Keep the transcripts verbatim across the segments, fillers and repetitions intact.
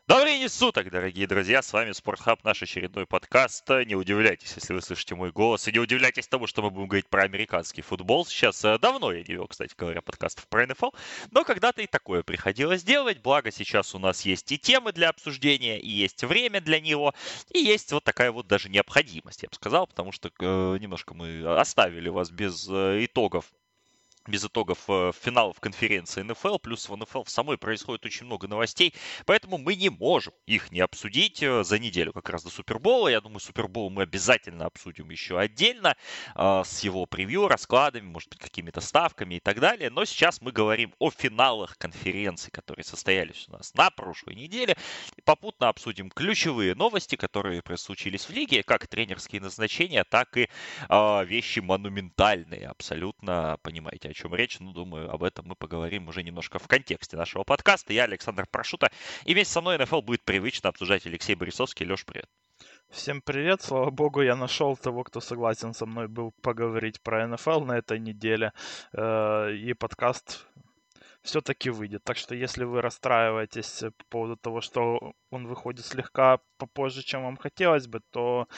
Добрый день суток, дорогие друзья, с вами Спортхаб, наш очередной подкаст. Не удивляйтесь, если вы слышите мой голос, и не удивляйтесь тому, что мы будем говорить про американский футбол. Сейчас э, давно я не вел, кстати говоря, подкастов про эн эф эл, но когда-то и такое приходилось делать, благо сейчас у нас есть и темы для обсуждения, и есть время для него, и есть вот такая вот даже необходимость, я бы сказал, потому что э, немножко мы оставили вас без э, итогов без итогов э, финалов конференции эн эф эл, плюс в эн эф эл в самой происходит очень много новостей, поэтому мы не можем их не обсудить э, за неделю как раз до Супербола. Я думаю, Супербол мы обязательно обсудим еще отдельно э, с его превью, раскладами, может быть, какими-то ставками и так далее. Но сейчас мы говорим о финалах конференций, которые состоялись у нас на прошлой неделе. И попутно обсудим ключевые новости, которые случились в лиге, как тренерские назначения, так и э, вещи монументальные, абсолютно понимаете, о чем речь. Ну, думаю, об этом мы поговорим уже немножко в контексте нашего подкаста. Я Александр Прошута, и вместе со мной эн эф эл будет привычно обсуждать Алексей Борисовский. Леш, привет. Всем привет, слава богу, я нашел того, кто согласен со мной был поговорить про эн эф эл на этой неделе, и подкаст все-таки выйдет. Так что если вы расстраиваетесь по поводу того, что он выходит слегка попозже, чем вам хотелось бы, то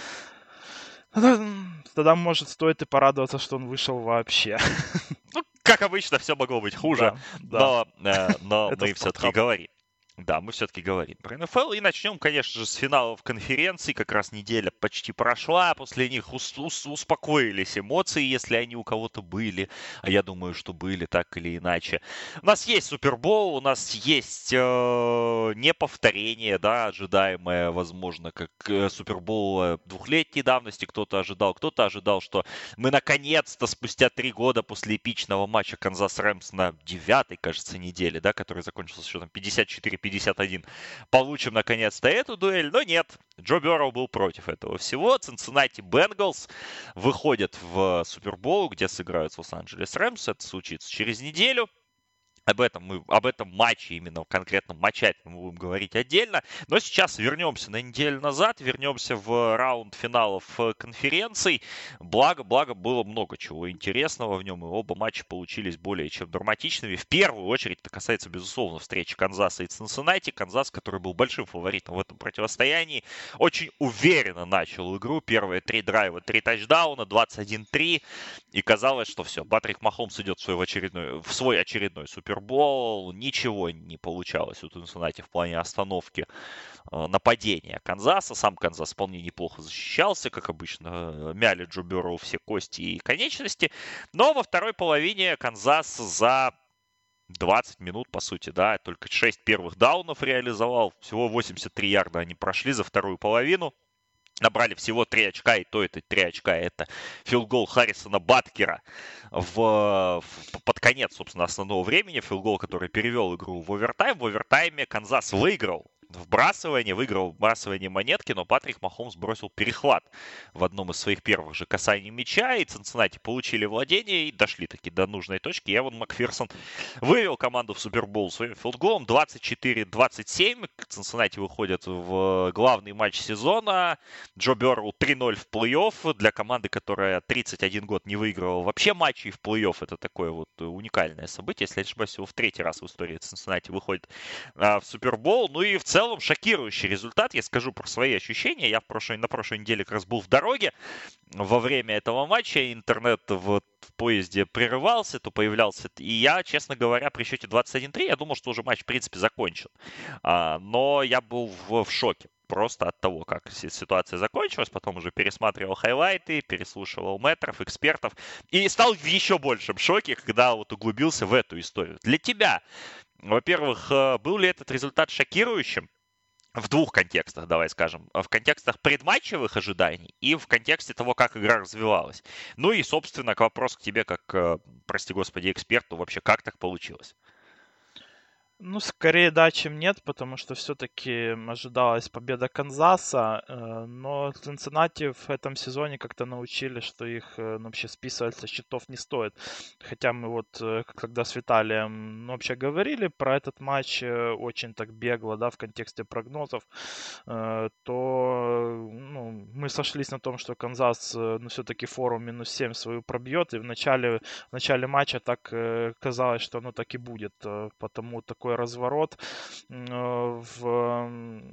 тогда, может, стоит и порадоваться, что он вышел вообще. Ну, как обычно, все могло быть хуже, Да, но, э, но это мы все-таки Спортхаб. говорим. Да, мы все-таки говорим про эн эф эл. И начнем, конечно же, с финалов конференции. Как раз неделя почти прошла. После них ус- ус- успокоились эмоции, если они у кого-то были. А я думаю, что были так или иначе. У нас есть Супербол, у нас есть э, неповторение, да, ожидаемое, возможно, как э, Супербол э, двухлетней давности кто-то ожидал. Кто-то ожидал, что мы наконец-то спустя три года после эпичного матча Канзас Рэмс на девятой, кажется, неделе, да, который закончился счетом пятьдесят четыре пятьдесят один, получим наконец-то эту дуэль, но нет. Джо Берроу был против этого всего. Цинциннати Бенгалс выходят в Супербол, где сыграют с Лос-Анджелес Рэмс. Это случится через неделю. Об этом мы, об этом матче, именно конкретном матче мы будем говорить отдельно. Но сейчас вернемся на неделю назад, вернемся в раунд финалов конференций. Благо, благо было много чего интересного в нем, и оба матча получились более чем драматичными. В первую очередь это касается, безусловно, встречи Канзаса и Цинциннати. Канзас, который был большим фаворитом в этом противостоянии, очень уверенно начал игру. Первые три драйва, три тачдауна, двадцать один три. И казалось, что все, Патрик Махомс идет в свой очередной, в свой очередной Супербол. Ничего не получалось у Цинциннати в плане остановки э, нападения Канзаса. Сам Канзас вполне неплохо защищался, как обычно. Мяли Джо Берроу все кости и конечности. Но во второй половине Канзас за двадцать минут, по сути, да, только шесть первых даунов реализовал. Всего восемьдесят три ярда они прошли за вторую половину. Набрали всего три очка, и то это три очка. Это филгол Харрисона Баткера в, в, под конец, собственно, основного времени. Филгол, который перевел игру в овертайм. В овертайме Канзас выиграл вбрасывание, выиграл вбрасывание монетки, но Патрик Махомс бросил перехват в одном из своих первых же касаний мяча, и Цинциннати получили владение и дошли таки до нужной точки. И Эван Макферсон вывел команду в Супербол своим филдголом двадцать четыре двадцать семь. Цинциннати выходят в главный матч сезона. Джо Берроу три ноль в плей-офф для команды, которая тридцать один год не выигрывала вообще матчей в плей-офф. Это такое вот уникальное событие. Если я не ошибаюсь, всего в третий раз в истории Цинциннати выходит а, в Супербол. Ну и в целом шокирующий результат. Я скажу про свои ощущения. Я в прошлой, на прошлой неделе как раз был в дороге во время этого матча. Интернет в, в поезде прерывался, то появлялся. И я, честно говоря, при счете двадцать один три, я думал, что уже матч в принципе закончен. А, но я был в, в шоке. Просто от того, как ситуация закончилась. Потом уже пересматривал хайлайты, переслушивал мэтров, экспертов. И стал в еще большем шоке, когда вот углубился в эту историю. Для тебя, во-первых, был ли этот результат шокирующим? В двух контекстах, давай скажем. В контекстах предматчевых ожиданий и в контексте того, как игра развивалась. Ну и, собственно, к вопросу к тебе, как, прости господи, эксперту, вообще, как так получилось? Ну, скорее да, чем нет, потому что все-таки ожидалась победа Канзаса, э, но Цинциннати в этом сезоне как-то научили, что их э, ну, вообще списывать со счетов не стоит. Хотя мы вот, э, когда с Виталием ну, вообще говорили про этот матч э, очень так бегло, да, в контексте прогнозов, э, то ну, мы сошлись на том, что Канзас э, ну, все-таки фору минус семь свою пробьет, и в начале, в начале матча так э, казалось, что оно так и будет, э, потому такой разворот в,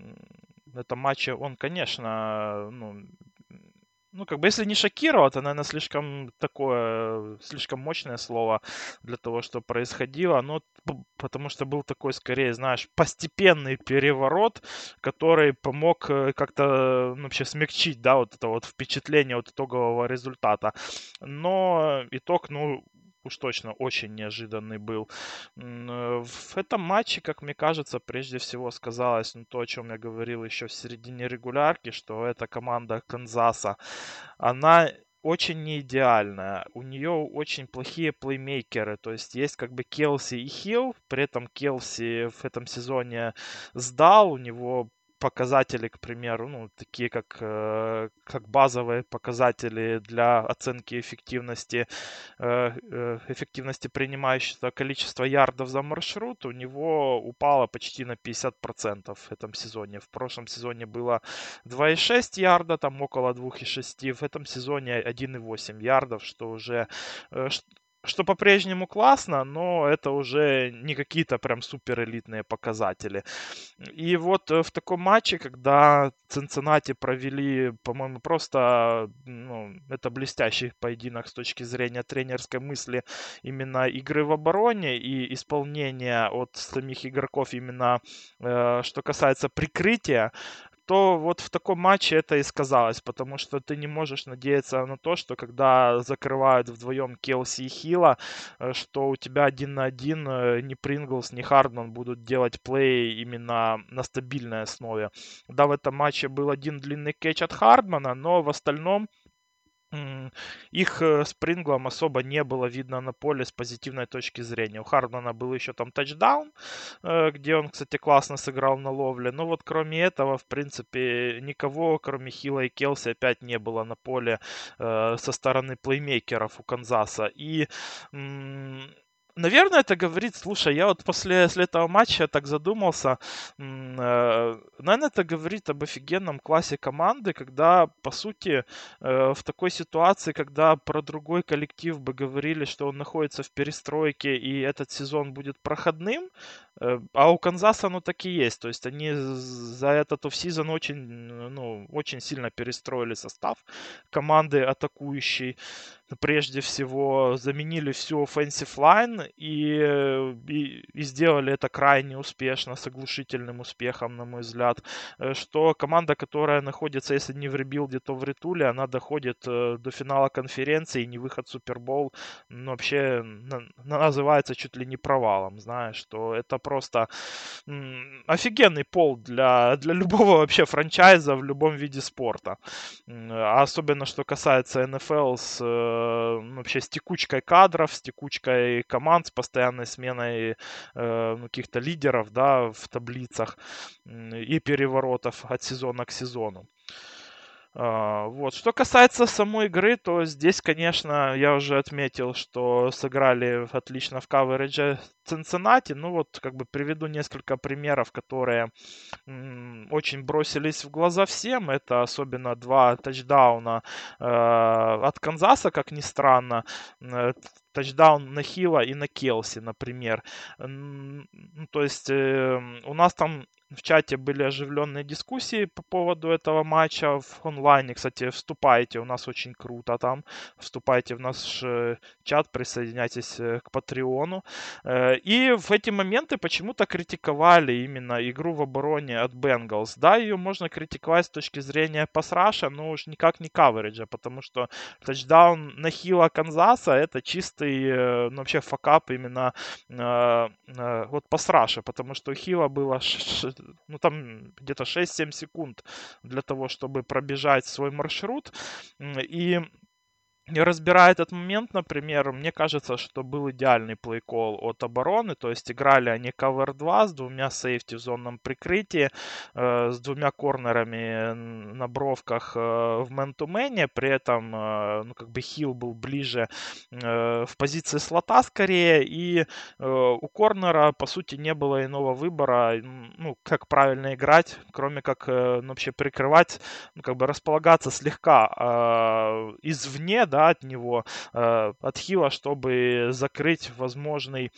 этом матче он, конечно, ну, ну, как бы, если не шокировал, это, наверное, слишком такое, слишком мощное слово для того, что происходило. Но п- потому что был такой, скорее, знаешь, постепенный переворот, который помог э, как-то ну, вообще смягчить, да, вот это вот впечатление от итогового результата. Но итог, ну, уж точно очень неожиданный был. М, э, В этом матче, как мне кажется, прежде всего сказалось ну, то, о чем я говорил еще в середине регулярки, что эта команда Канзаса, она очень не идеальная. У нее очень плохие плеймейкеры. То есть есть как бы Келси и Хилл. При этом Келси в этом сезоне сдал. У него показатели, к примеру, ну, такие как, э, как базовые показатели для оценки эффективности, э, э, эффективности принимающего количества ярдов за маршрут, у него упало почти на пятьдесят процентов в этом сезоне. В прошлом сезоне было два и шесть ярда, там около два и шесть. В этом сезоне один и восемь ярдов, что уже э, ш- что по-прежнему классно, но это уже не какие-то прям супер элитные показатели. И вот э, в таком матче, когда Цинциннати провели, по-моему, просто, ну, это блестящий поединок с точки зрения тренерской мысли именно игры в обороне и исполнения от самих игроков именно, э, что касается прикрытия, то вот в таком матче это и сказалось, потому что ты не можешь надеяться на то, что когда закрывают вдвоем Келси и Хила, э, что у тебя один на один э, ни Принглс, ни Хардман будут делать плей именно на стабильной основе. Да, в этом матче был один длинный кетч от Хардмана, но в остальном М, их э, с Принглом особо не было видно на поле с позитивной точки зрения. У Хардмана был еще там тачдаун, э, где он, кстати, классно сыграл на ловле. Но вот кроме этого, в принципе, никого, кроме Хила и Келси, опять не было на поле э, со стороны плеймейкеров у Канзаса. И м, наверное, это говорит, слушай, я вот после, после этого матча так задумался, м, э, наверное, это говорит об офигенном классе команды, когда, по сути, э, в такой ситуации, когда про другой коллектив бы говорили, что он находится в перестройке и этот сезон будет проходным, э, а у Канзаса оно так и есть. То есть они за этот офсезон очень, ну, очень сильно перестроили состав команды атакующей. Прежде всего заменили всю offensive line и, э, и, и сделали это крайне успешно, с оглушительным успехом, на мой взгляд. Э, Что команда, которая находится, если не в ребилде, то в ритуле, она доходит э, до финала конференции, и не выход в Супербол, ну, вообще на- называется чуть ли не провалом, знаешь, что это просто м, офигенный пол для, для любого вообще франчайза в любом виде спорта. М, А особенно, что касается эн эф эл с, э, ну, вообще с текучкой кадров, с текучкой команд, с постоянной сменой э, ну, каких-то лидеров, да, в таблицах м, и переворотов от сезона к сезону. А, Вот. Что касается самой игры, то здесь, конечно, я уже отметил, что сыграли отлично в каверидже Цинциннати. Ну вот, как бы приведу несколько примеров, которые м, очень бросились в глаза всем. Это особенно два тачдауна э, от Канзаса, как ни странно. Э, Тачдаун на Хила и на Келси, например. М, ну, То есть э, у нас там в чате были оживленные дискуссии по поводу этого матча в онлайне. Кстати, вступайте, у нас очень круто там. Вступайте в наш э, чат, присоединяйтесь э, к Патреону. Э, И в эти моменты почему-то критиковали именно игру в обороне от Бенгалс. Да, ее можно критиковать с точки зрения пасраша, но уж никак не кавериджа, потому что тачдаун на Хила Канзаса это чистый, э, ну, вообще факап именно э, э, вот пасраша, потому что у Хила было ш- ш- ну, там где-то шесть-семь секунд для того, чтобы пробежать свой маршрут. М, И не разбирая этот момент, например, мне кажется, что был идеальный плей-колл от обороны, то есть играли они кавер два с двумя сейфти в зонном прикрытии, э, с двумя корнерами на бровках э, в мэн-ту-мэне, при этом, э, ну, как бы Хилл был ближе э, в позиции слота скорее, и э, у корнера, по сути, не было иного выбора, м, ну, как правильно играть, кроме как, э, ну, вообще прикрывать, ну, как бы располагаться слегка э, извне, да, да, от него, э, от Хилла, чтобы закрыть возможный,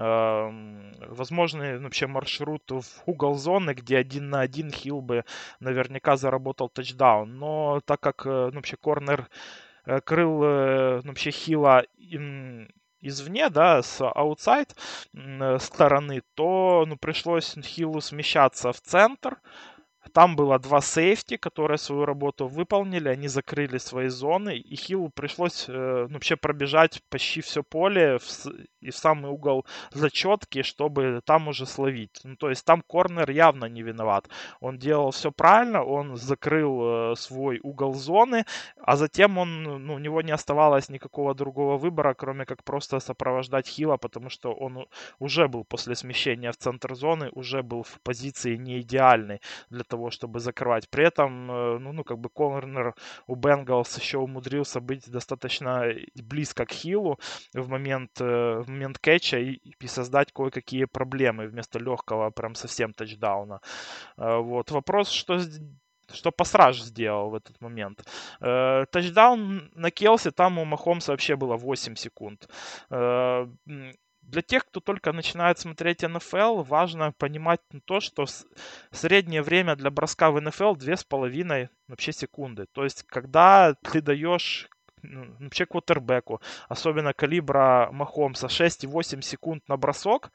э, возможный ну, вообще маршрут в угол зоны, где один на один Хилл бы наверняка заработал тачдаун. Но так как э, ну, вообще корнер э, крыл э, ну, вообще Хилла им, извне, да, с аутсайд м, стороны, то ну, пришлось Хиллу смещаться в центр. Там было два сейфти, которые свою работу выполнили, они закрыли свои зоны, и Хиллу пришлось э, ну, вообще пробежать почти все поле в, с- и в самый угол зачетки, чтобы там уже словить. Ну, то есть там корнер явно не виноват. Он делал все правильно, он закрыл э, свой угол зоны, а затем он, ну, у него не оставалось никакого другого выбора, кроме как просто сопровождать Хилла, потому что он у- уже был после смещения в центр зоны, уже был в позиции не идеальной для того, чтобы закрывать. При этом, э, ну, ну как бы корнер у Бенгалс еще умудрился быть достаточно близко к Хиллу в момент, э, в момент кэтча и, и создать кое-какие проблемы вместо легкого прям совсем тачдауна. Э, Вот. Вопрос, что с- что Пасраж сделал в этот момент. Э, тачдаун на Келси, там у Махомса вообще было восемь секунд. Э, м, для тех, кто только начинает смотреть эн эф эл, важно понимать то, что с- среднее время для броска в эн эф эл две с половиной вообще секунды. То есть, когда ты даешь ну, вообще квотербеку, особенно калибра Махомса, шесть и восемь секунд на бросок,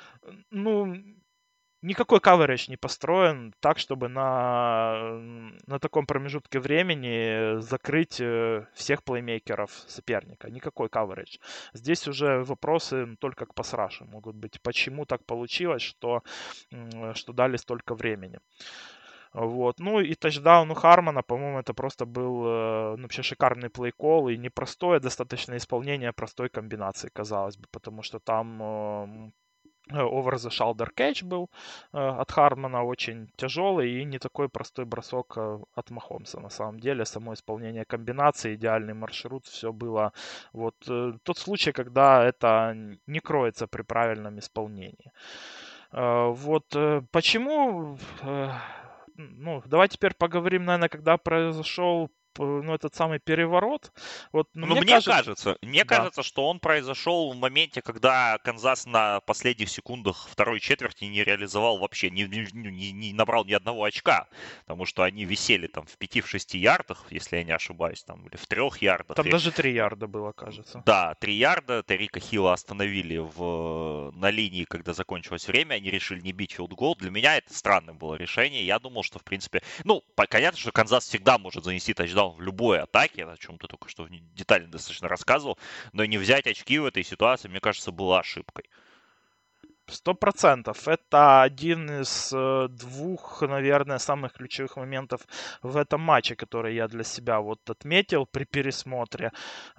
ну, никакой coverage не построен так, чтобы на, на таком промежутке времени закрыть э, всех плеймейкеров соперника. Никакой coverage. Здесь уже вопросы только к пасраше могут быть. Почему так получилось, что, м, что дали столько времени. Вот. Ну и тачдаун у Хармона, по-моему, это просто был э, ну, вообще шикарный плей-колл и непростое достаточно исполнение простой комбинации, казалось бы, потому что там э, over the shoulder catch был э, от Хармона, очень тяжелый и не такой простой бросок э, от Махомса. На самом деле, само исполнение комбинации, идеальный маршрут, все было вот э, тот случай, когда это не кроется при правильном исполнении. Э, вот э, почему, э, ну, давай теперь поговорим, наверное, когда произошел п- ну, этот самый переворот. Вот, ну, Ну, мне мне кажется, кажется, мне да. кажется, что он произошел в моменте, когда Канзас на последних секундах второй четверти не реализовал вообще, не, не- не- не набрал ни одного очка, потому что они висели там в пяти-шести ярдах, если я не ошибаюсь, там, или в трех ярдах. Там И, даже три ярда было, кажется. да, три ярда Тарика Хилла остановили в, на линии, когда закончилось время, они решили не бить филдгол. Для меня это странное было решение. Я думал, что, в принципе, ну, понятно, что Канзас всегда может занести тачдаун в любой атаке, о чем ты только что детально достаточно рассказывал, но не взять очки в этой ситуации, мне кажется, была ошибкой. Сто процентов. Это один из э, двух, наверное, самых ключевых моментов в этом матче, который я для себя вот отметил при пересмотре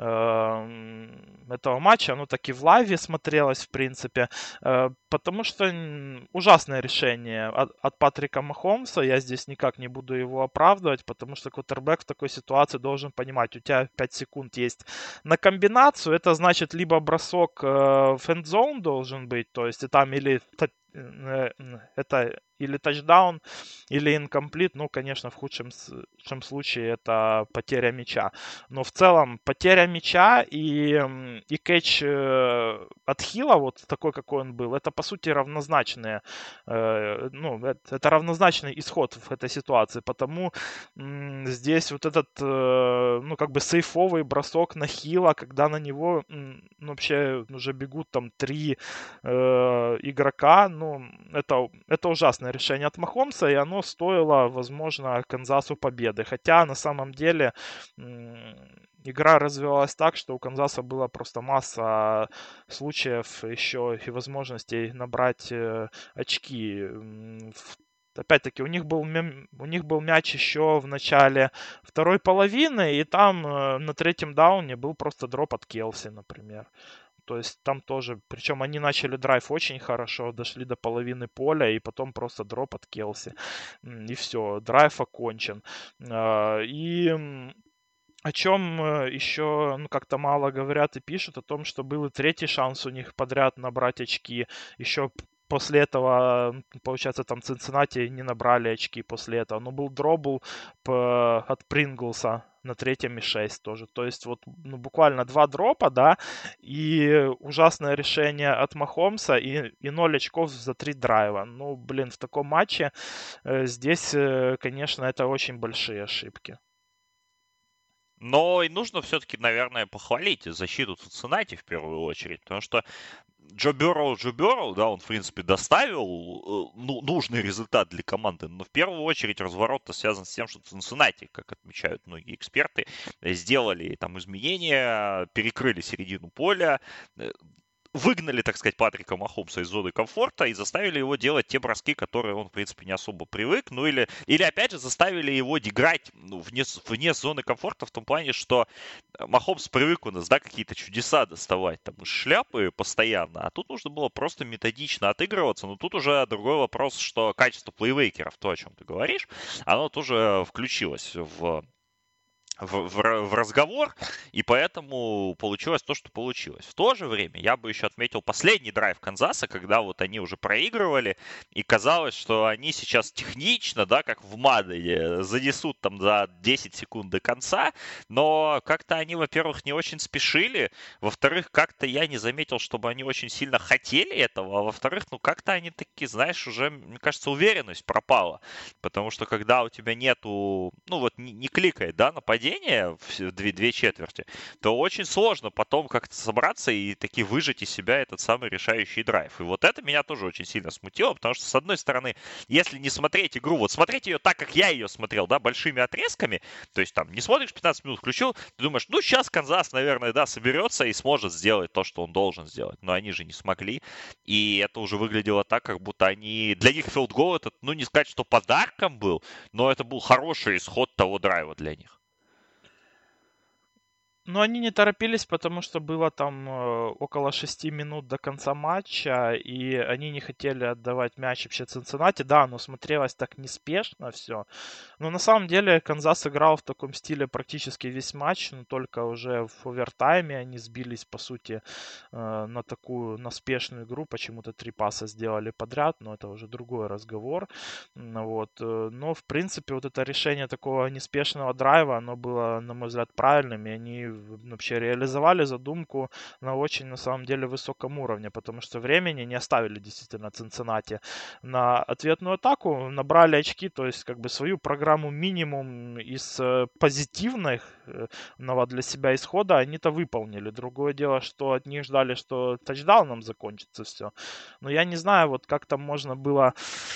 эм, этого матча. Оно так и в лайве смотрелось, в принципе. Э, потому что м, ужасное решение от, от Патрика Махомса. Я здесь никак не буду его оправдывать, потому что квотербек в такой ситуации должен понимать, у тебя пять секунд есть на комбинацию. Это значит, либо бросок э, в эндзоун должен быть, то есть и там или та- э, это или тачдаун, или инкомплит. Ну, конечно, в худшем, с- худшем случае это потеря мяча. Но в целом потеря мяча и, м, и кэч э, от Хила, вот такой, какой он был, это по сути равнозначные, э, ну, это, это равнозначный исход в этой ситуации. Потому м, здесь вот этот, э, ну, как бы сейфовый бросок на Хила, когда на него м, ну, вообще уже бегут там три э, игрока, ну, это, это ужасное решение от Махомса, и оно стоило, возможно, Канзасу победы. Хотя, на самом деле, м, игра развивалась так, что у Канзаса была просто масса случаев еще и возможностей набрать э, очки. М, в Опять-таки, у них был, мя- у них был мяч еще в начале второй половины, и там э, на третьем дауне был просто дроп от Келси, например. То есть там тоже, причем они начали драйв очень хорошо, дошли до половины поля, и потом просто дроп от Келси. М, И все, драйв окончен. А, И м, о чем еще ну, как-то мало говорят и пишут, о том, что был и третий шанс у них подряд набрать очки. Еще п- после этого, м, получается, там Цинциннати не набрали очки после этого. Но был дробл п- от Принглса на третьем и шесть тоже. То есть вот ну, буквально два дропа, да, и ужасное решение от Махомса и, и ноль очков за три драйва. Ну, блин, в таком матче э, здесь, э, конечно, это очень большие ошибки. Но и нужно все-таки, наверное, похвалить защиту Цинциннати в первую очередь, потому что Джо Бёрроу, Джо Бёрроу, да, он, в принципе, доставил э, ну, нужный результат для команды, но в первую очередь разворот-то связан с тем, что Цинциннати, как отмечают многие эксперты, сделали там изменения, перекрыли середину поля, э, выгнали, так сказать, Патрика Махомса из зоны комфорта и заставили его делать те броски, которые он, в принципе, не особо привык. Ну или, или опять же, заставили его играть ну, вне, вне зоны комфорта в том плане, что Махомс привык у нас, да, какие-то чудеса доставать там из шляпы постоянно, а тут нужно было просто методично отыгрываться. Но тут уже другой вопрос, что качество плеймейкеров, то, о чем ты говоришь, оно тоже включилось в В, в, в разговор, и поэтому получилось то, что получилось. В то же время я бы еще отметил последний драйв Канзаса, когда вот они уже проигрывали, и казалось, что они сейчас технично, да, как в Мадене, занесут там за десять секунд до конца, но как-то они, во-первых, не очень спешили, во-вторых, как-то я не заметил, чтобы они очень сильно хотели этого, а во-вторых, ну как-то они такие, знаешь, уже, мне кажется, уверенность пропала, потому что когда у тебя нету, ну вот не, не кликает, да, нападение, в две, две четверти, то очень сложно потом как-то собраться и таки выжать из себя этот самый решающий драйв. И вот это меня тоже очень сильно смутило, потому что, с одной стороны, если не смотреть игру, вот смотреть ее так, как я ее смотрел, да, большими отрезками, то есть там не смотришь пятнадцать минут, включил, ты думаешь, ну сейчас Канзас, наверное, да, соберется и сможет сделать то, что он должен сделать. Но они же не смогли, и это уже выглядело так, как будто они... Для них филд-гол этот, ну не сказать, что подарком был, но это был хороший исход того драйва для них. Но они не торопились, потому что было там э, около шести минут до конца матча, и они не хотели отдавать мяч вообще Цинциннати. Да, оно смотрелось так неспешно все. Но на самом деле Канзас играл в таком стиле практически весь матч, но только уже в овертайме они сбились, по сути, э, на такую, на спешную игру. Почему-то три паса сделали подряд, но это уже другой разговор. М, Вот. э, Но, в принципе, вот это решение такого неспешного драйва, оно было, на мой взгляд, правильным, и они вообще реализовали задумку на очень, на самом деле, высоком уровне, потому что времени не оставили действительно Цинциннати на ответную атаку, набрали очки, то есть как бы свою программу минимум из э, позитивных э, нового для себя исхода они-то выполнили. Другое дело, что от них ждали, что тачдауном закончится все. Но я не знаю, вот как там можно было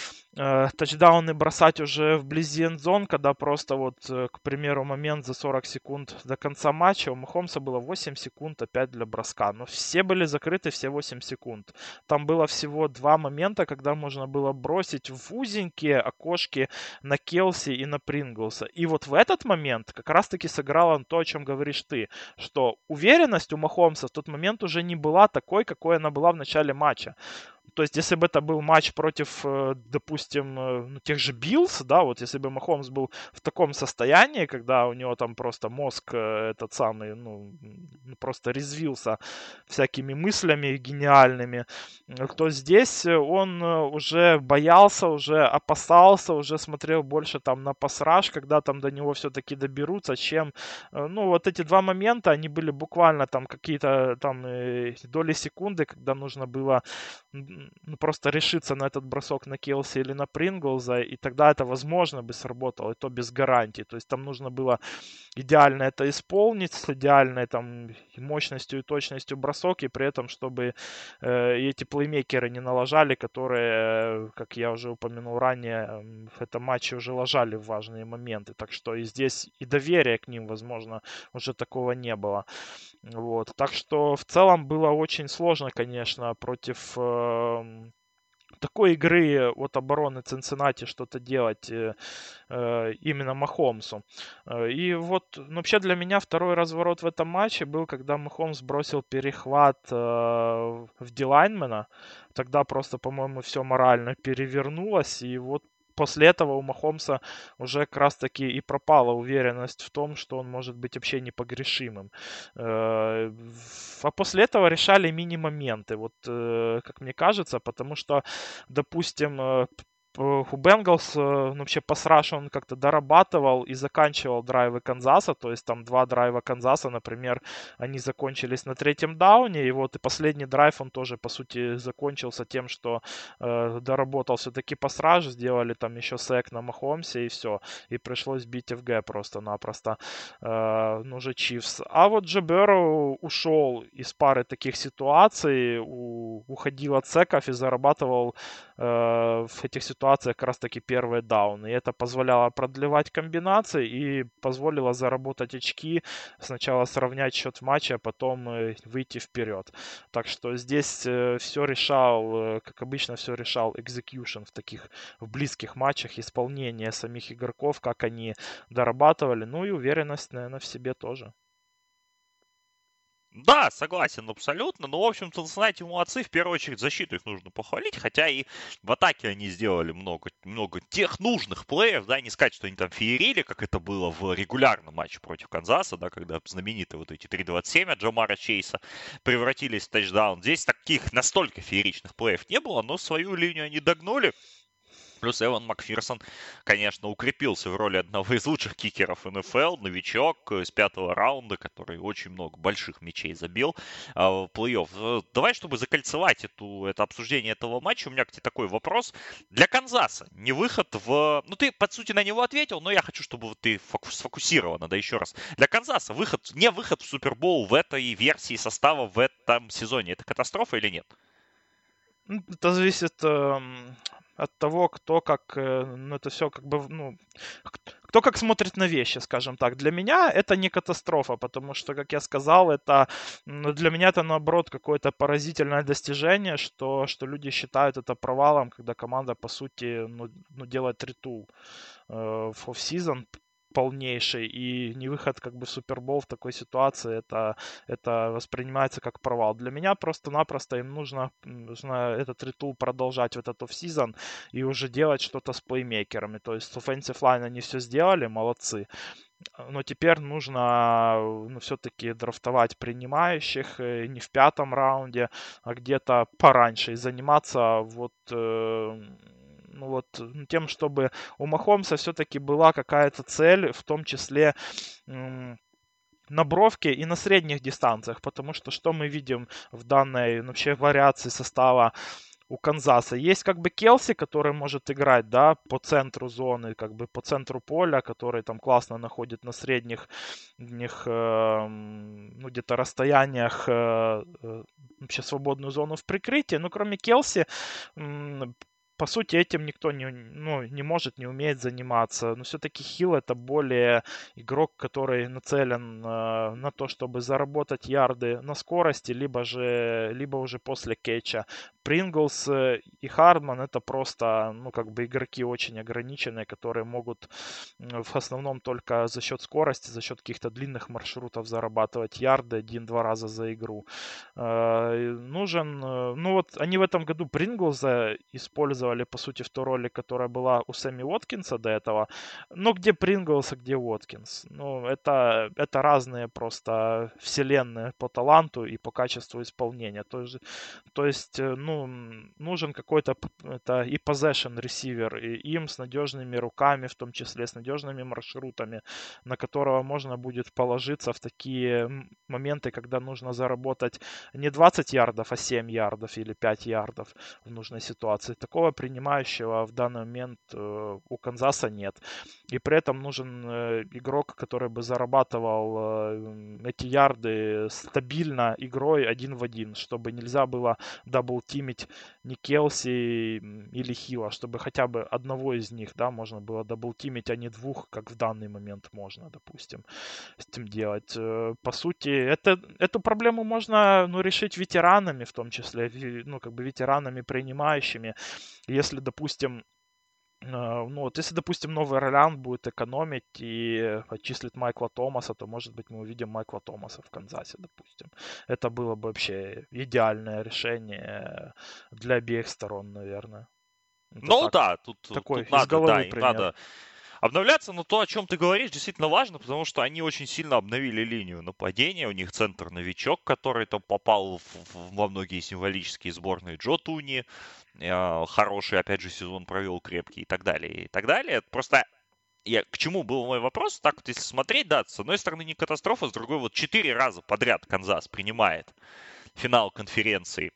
э, тачдауны бросать уже вблизи эндзон, когда просто вот, э, к примеру, момент за сорок секунд до конца матча, у Махомса было восемь секунд опять для броска. Но все были закрыты, все восемь секунд. Там было всего два момента, когда можно было бросить в узенькие окошки на Келси и на Принглса. И вот в этот момент как раз-таки сыграло то, о чем говоришь ты, что уверенность у Махомса в тот момент уже не была такой, какой она была в начале матча. То есть, если бы это был матч против, э, допустим, э, ну, тех же Биллс, да, вот если бы Махомс был в таком состоянии, когда у него там просто мозг э, этот самый, ну, просто резвился всякими мыслями гениальными, э, то здесь он э, уже боялся, уже опасался, уже смотрел больше там на пасраж, когда там до него все-таки доберутся, чем, э, ну, вот эти два момента, они были буквально там какие-то там э, доли секунды, когда нужно было ну, просто решиться на этот бросок на Келси или на Принглза, и тогда это, возможно, бы сработало, и то без гарантии. То есть там нужно было идеально это исполнить, с идеальной там мощностью и точностью бросок, и при этом, чтобы э, эти плеймейкеры не налажали, которые, как я уже упомянул ранее, в этом матче уже ложали в важные моменты. Так что и здесь и доверия к ним, возможно, уже такого не было. Вот. Так что в целом было очень сложно, конечно, против э, такой игры от обороны Цинциннати что-то делать э, э, именно Махомсу. Э, И вот ну, вообще для меня второй разворот в этом матче был, когда Махомс бросил перехват э, в дилайнмена. Тогда просто, по-моему, все морально перевернулось. И вот после этого у Махомса уже как раз-таки и пропала уверенность в том, что он может быть вообще непогрешимым. Э, А после этого решали мини-моменты, вот э, как мне кажется, потому что, допустим, э, у Бенгалс вообще пасраж он как-то дорабатывал и заканчивал драйвы Канзаса, то есть там два драйва Канзаса, например, они закончились на третьем дауне, и вот и последний драйв он тоже, по сути, закончился тем, что э, доработал все-таки пасраж, сделали там еще сэк на Махомсе и все, и пришлось бить эф джи просто-напросто, э, ну же Чивс. А вот Джо Берроу ушел из пары таких ситуаций, у, уходил от сэков и зарабатывал э, в этих ситуациях как раз таки первые дауны. И это позволяло продлевать комбинации и позволило заработать очки, сначала сравнять счет в матче, а потом э, выйти вперед. Так что здесь э, все решал, э, как обычно, все решал execution в таких в близких матчах, исполнение самих игроков, как они дорабатывали, ну и уверенность, наверное, в себе тоже. Да, согласен абсолютно. Но, в общем-то, Cincinnati молодцы. В первую очередь защиту их нужно похвалить. Хотя и в атаке они сделали много, много тех нужных плеев. Да, не сказать, что они там феерили, как это было в регулярном матче против Канзаса, да, когда знаменитые вот эти три двадцать семь от Джамара Чейса превратились в тачдаун. Здесь таких настолько фееричных плеев не было, но свою линию они догнули. Плюс Эван Макферсон, конечно, укрепился в роли одного из лучших кикеров эн эф эл, новичок из пятого раунда, который очень много больших мячей забил а, в плей-офф. Давай, чтобы закольцевать эту, это обсуждение этого матча, у меня к тебе такой вопрос. Для Канзаса не выход в... Ну, ты, по сути, на него ответил, но я хочу, чтобы ты сфокусировано, да, еще раз. Для Канзаса выход, не выход в Супербоул в этой версии состава в этом сезоне, это катастрофа или нет? Это зависит эм, от того, кто как, э, ну, это все как бы, ну, кто как смотрит на вещи, скажем так. Для меня это не катастрофа, потому что, как я сказал, это, ну, для меня это, наоборот, какое-то поразительное достижение, что, что люди считают это провалом, когда команда, по сути, ну, ну делает ретул э, в офф-сезон полнейший, и не выход как бы в Супербол в такой ситуации, это, это воспринимается как провал. Для меня просто-напросто им нужно, нужно этот ретул продолжать в этот офф-сезон и уже делать что-то с плеймейкерами. То есть с offensive line они все сделали, молодцы. Но теперь нужно, ну, все-таки драфтовать принимающих не в пятом раунде, а где-то пораньше и заниматься вот э, ну вот тем, чтобы у Махомса все-таки была какая-то цель, в том числе м- на бровке и на средних дистанциях, потому что что мы видим в данной ну, вообще вариации состава у Канзаса? Есть как бы Келси, который может играть, да, по центру зоны, как бы по центру поля, который там классно находит на средних них, э, ну, где-то расстояниях э, э, вообще свободную зону в прикрытии. Но кроме Келси, м- по сути, этим никто не, ну, не может, не умеет заниматься. Но все-таки Хилл это более игрок, который нацелен э, на то, чтобы заработать ярды на скорости, либо же, либо уже после кетча. Принглс э, и Хардман это просто, ну, как бы игроки очень ограниченные, которые могут э, в основном только за счет скорости, за счет каких-то длинных маршрутов зарабатывать ярды один-два раза за игру. Э, нужен, э, ну вот они в этом году Принглза использовали, по сути, в той роли, которая была у Сэмми Уоткинса до этого. Но где Принглс, а где Уоткинс? Ну, это, это разные просто вселенные по таланту и по качеству исполнения. То есть, то есть ну, нужен какой-то это и possession ресивер, и им с надежными руками, в том числе с надежными маршрутами, на которого можно будет положиться в такие моменты, когда нужно заработать не двадцать ярдов, а семь ярдов или пять ярдов в нужной ситуации. Такого принимающего в данный момент э, у Канзаса нет. И при этом нужен э, игрок, который бы зарабатывал э, эти ярды стабильно игрой один в один, чтобы нельзя было даблтимить не Келси или Хилла, чтобы хотя бы одного из них, да, можно было даблтимить, а не двух, как в данный момент можно, допустим, с этим делать. Э, по сути, это, эту проблему можно, ну, решить ветеранами, в том числе, ну, как бы ветеранами принимающими. Если, допустим, ну вот, если, допустим, Новый Орлеан будет экономить и отчислит Майкла Томаса, то, может быть, мы увидим Майкла Томаса в Канзасе, допустим. Это было бы вообще идеальное решение для обеих сторон, наверное. Это Ну так. да, тут, Такой тут из надо, да, головы им пример. надо Обновляться, но то, о чем ты говоришь, действительно важно, потому что они очень сильно обновили линию нападения. У них центр новичок, который там попал в, в- во многие символические сборные. Джо Туни, э, хороший, опять же, сезон провел крепкий и так далее, и так далее. Просто я, к чему был мой вопрос? Так вот, если смотреть, да, с одной стороны не катастрофа, с другой вот четыре раза подряд Канзас принимает финал конференции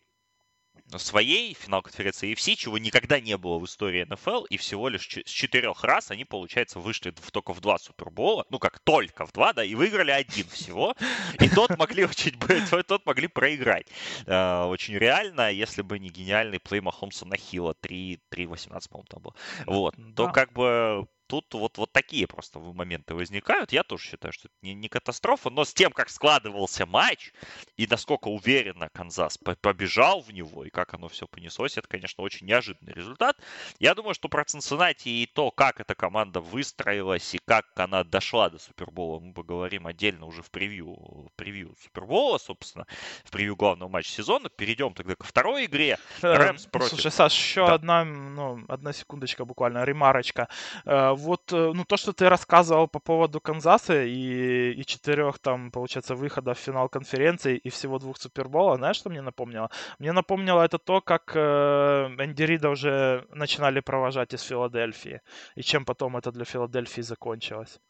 своей, финал конференции эй эф си, чего никогда не было в истории эн эф эл, и всего лишь ч- с четырех раз они, получается, вышли в, только в два Супербола, ну как только в два, да, и выиграли один всего, и тот могли очень быть, тот могли проиграть. Э, очень реально, если бы не гениальный плей Махомса на Хилла, три восемнадцать, по-моему, там был, вот, то Да. как бы тут вот, вот такие просто моменты возникают. Я тоже считаю, что это не, не катастрофа, но с тем, как складывался матч, и насколько уверенно Канзас побежал в него, и как оно все понеслось, это, конечно, очень неожиданный результат. Я думаю, что про Цинциннати и то, как эта команда выстроилась, и как она дошла до Супербола, мы поговорим отдельно уже в превью, в превью Супербола, собственно, в превью главного матча сезона. Перейдем тогда ко второй игре. Э, Рэмс против... Слушай, Саш, еще Да. одна, ну, одна секундочка буквально, ремарочка. Э, Вот, э, ну, то, что ты рассказывал по поводу Канзаса и, и четырех там, получается, выходов в финал конференции и всего двух Супербола, знаешь, что мне напомнило? Мне напомнило это то, как э, Энди Рида уже начинали провожать из Филадельфии, и чем потом это для Филадельфии закончилось.